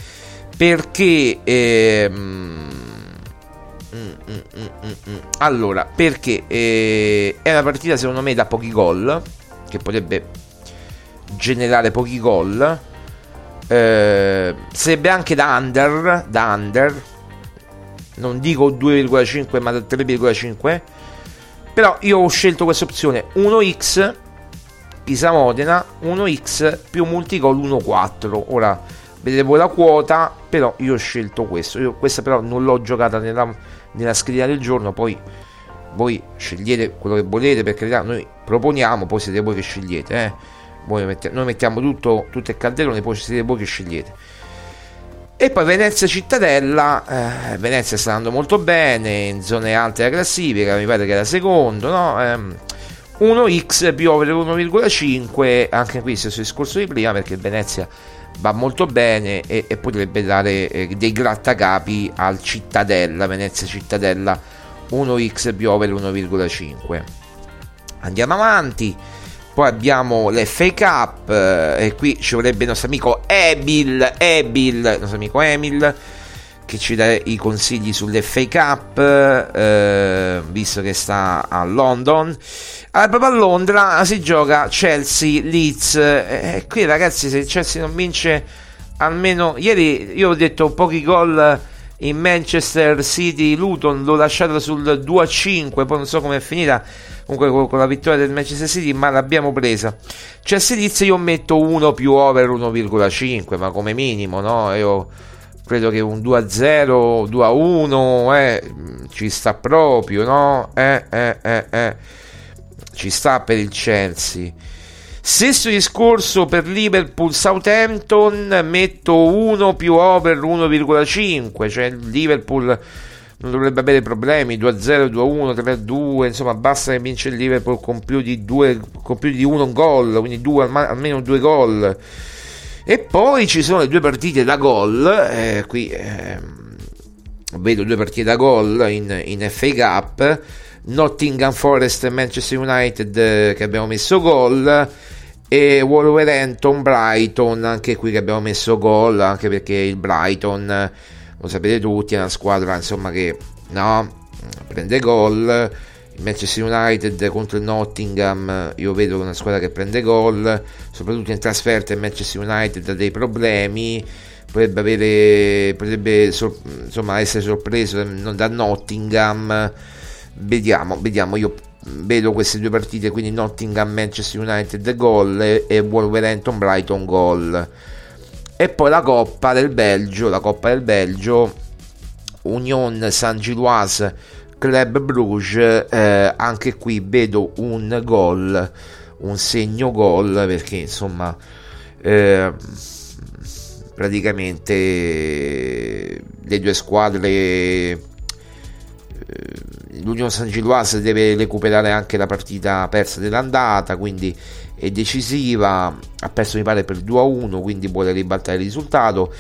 allora, perché è una partita secondo me da pochi gol, che potrebbe generare pochi gol, sarebbe anche da under, non dico 2,5 ma da 3,5, però io ho scelto questa opzione 1x Pisa-Modena, 1x più multigol 1,4. ora vedete voi la quota, però io ho scelto questo, questa però non l'ho giocata nella schedina del giorno, poi voi scegliete quello che volete, perché noi proponiamo, poi siete voi che scegliete, noi mettiamo tutto il calderone, poi siete voi che scegliete. E poi Venezia-Cittadella, Venezia sta andando molto bene in zone alte della classifica, mi pare che era secondo, no? 1x più over 1,5, anche qui stesso discorso di prima, perché Venezia va molto bene e potrebbe dare dei grattacapi al Cittadella, Venezia-Cittadella 1x più over 1,5. Andiamo avanti, poi abbiamo l'FA Cup e qui ci vorrebbe il nostro amico Emil, che ci dà i consigli sull'FA Cup, visto che sta a London. Allora, proprio a Londra si gioca Chelsea-Leeds, qui ragazzi, se Chelsea non vince almeno, ieri io ho detto pochi gol in Manchester City-Luton, l'ho lasciato sul 2-5, poi non so come è finita, comunque con la vittoria del Manchester City, ma l'abbiamo presa. Chelsea-Leeds io metto 1 più over 1,5, ma come minimo, no? Io credo che un 2-0, 2-1 ci sta proprio, no? ci sta per il Chelsea. Stesso discorso per Liverpool Southampton, metto 1 più over 1,5, cioè il Liverpool non dovrebbe avere problemi, 2-0, 2-1, 3-2, insomma basta che vince il Liverpool con più di uno gol, quindi almeno 2 gol. E poi ci sono le 2 partite da gol, qui vedo 2 partite da gol in FA Cup, Nottingham Forest e Manchester United che abbiamo messo gol, e Wolverhampton Brighton, anche qui che abbiamo messo gol, anche perché il Brighton, lo sapete tutti, è una squadra insomma che prende gol. Il Manchester United contro il Nottingham, io vedo che è una squadra che prende gol, soprattutto in trasferta. Il Manchester United ha dei problemi, potrebbe essere sorpreso da Nottingham. Vediamo, io vedo queste 2 partite, quindi Nottingham Manchester United gol e Wolverhampton Brighton gol. E poi la Coppa del Belgio, Union Saint-Gilloise Club Bruges, anche qui vedo un gol, un segno gol, perché insomma praticamente le 2 squadre, l'Union Saint-Gilloise deve recuperare anche la partita persa dell'andata, quindi è decisiva, ha perso mi pare per 2-1, quindi vuole ribaltare il risultato,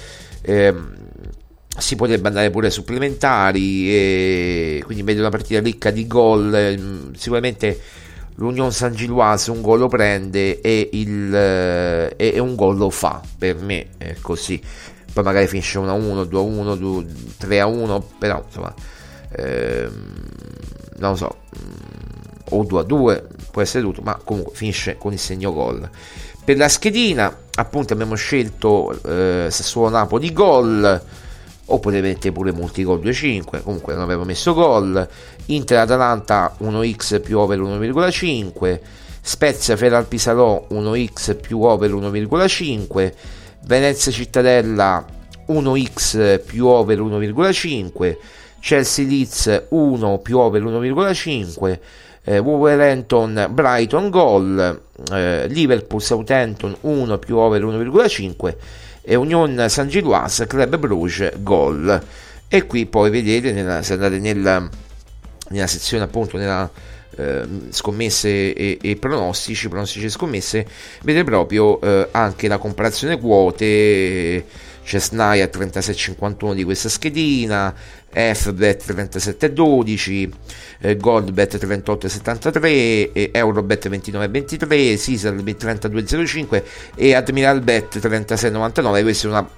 si potrebbe andare pure ai supplementari, e quindi vedo una partita ricca di gol. Sicuramente l'Union Saint-Gilloise un gol lo prende e un gol lo fa, per me è così, poi magari finisce 1-1, 2-1, 3-1, però insomma non lo so, o 2-2, può essere tutto, ma comunque finisce con il segno gol. Per la schedina appunto abbiamo scelto Sassuolo-Napoli gol, o potete mettere pure multigol 2,5, comunque non avevo messo gol. Inter-Atalanta 1x più over 1,5, Spezia-Feral-Pisarò 1x più over 1,5, Venezia-Cittadella 1x più over 1,5, Chelsea-Leeds 1 più over 1,5, Wolverhampton Brighton gol, Liverpool Southampton 1 più over 1,5 e Union Saint-Gilloise Club Bruges gol. E qui poi vedete, se andate nella sezione appunto nella scommesse e pronostici e scommesse, vedete proprio anche la comparazione quote. C'è SNAI a 36,51 di questa schedina, FBet 37,12, Goldbet 38,73, Eurobet 29,23, Sisal 32,05 e Admiralbet 36,99. Questa è una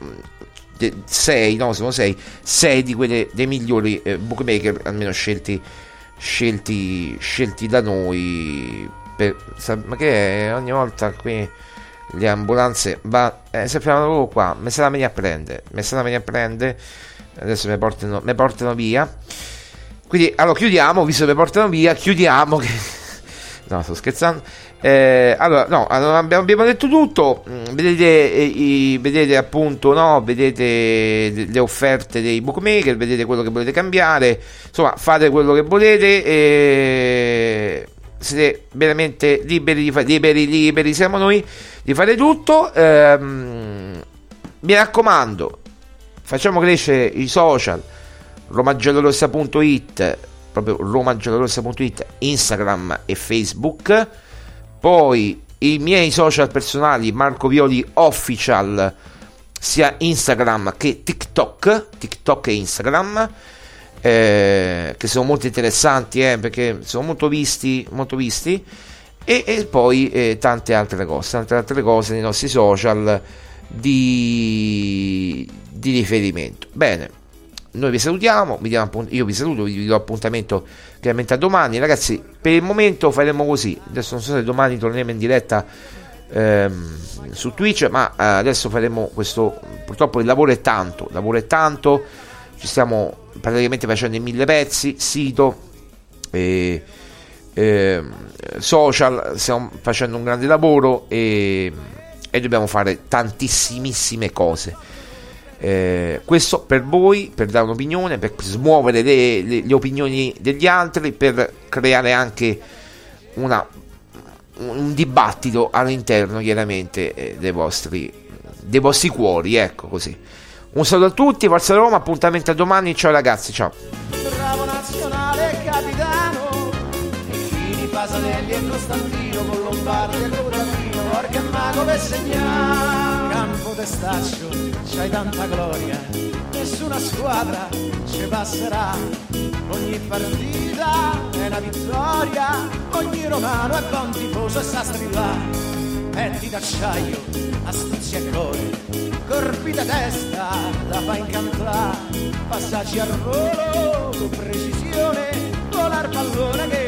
6 di quelle dei migliori bookmaker, almeno scelti da noi. Ma che è ogni volta qui le ambulanze sappiamo qua, me se la veni a prendere, adesso mi portano via, quindi allora chiudiamo, visto che mi portano via, chiudiamo che... no, sto scherzando. Abbiamo detto tutto. Vedete appunto, no? Vedete le offerte dei bookmaker, vedete quello che volete cambiare, insomma fate quello che volete e siete veramente liberi siamo noi di fare tutto. Mi raccomando, facciamo crescere i social, romagiallorossa.it, proprio romagiallorossa.it, Instagram e Facebook. Poi i miei social personali, Marco Violi Official, sia Instagram che TikTok e Instagram, che sono molto interessanti, perché sono molto visti, e poi tante altre cose nei nostri social di riferimento. Bene, noi vi salutiamo, io vi saluto, vi do appuntamento chiaramente a domani, ragazzi. Per il momento faremo così, adesso non so se domani torneremo in diretta su Twitch, ma adesso faremo questo. Purtroppo il lavoro è tanto, ci stiamo praticamente facendo in 1000 pezzi, sito e social, stiamo facendo un grande lavoro e dobbiamo fare tantissimissime cose. Questo per voi, per dare un'opinione, per smuovere le opinioni degli altri, per creare anche una un dibattito all'interno chiaramente dei vostri cuori, ecco, così. Un saluto a tutti, Forza Roma, appuntamento a domani, ciao ragazzi, ciao. Bravo nazionale capitano, Fini, Pasanelli e Costantino, con Lombardi e Cotantino, porca mago per segnare. Campo testaccio, c'hai tanta gloria, nessuna squadra ci passerà, ogni partita è una vittoria, ogni romano è buon tifoso e sa strillare. Petti d'acciaio, astuzia e core, corpi da testa da fa incantare, passaggi al volo con precisione, volar pallone che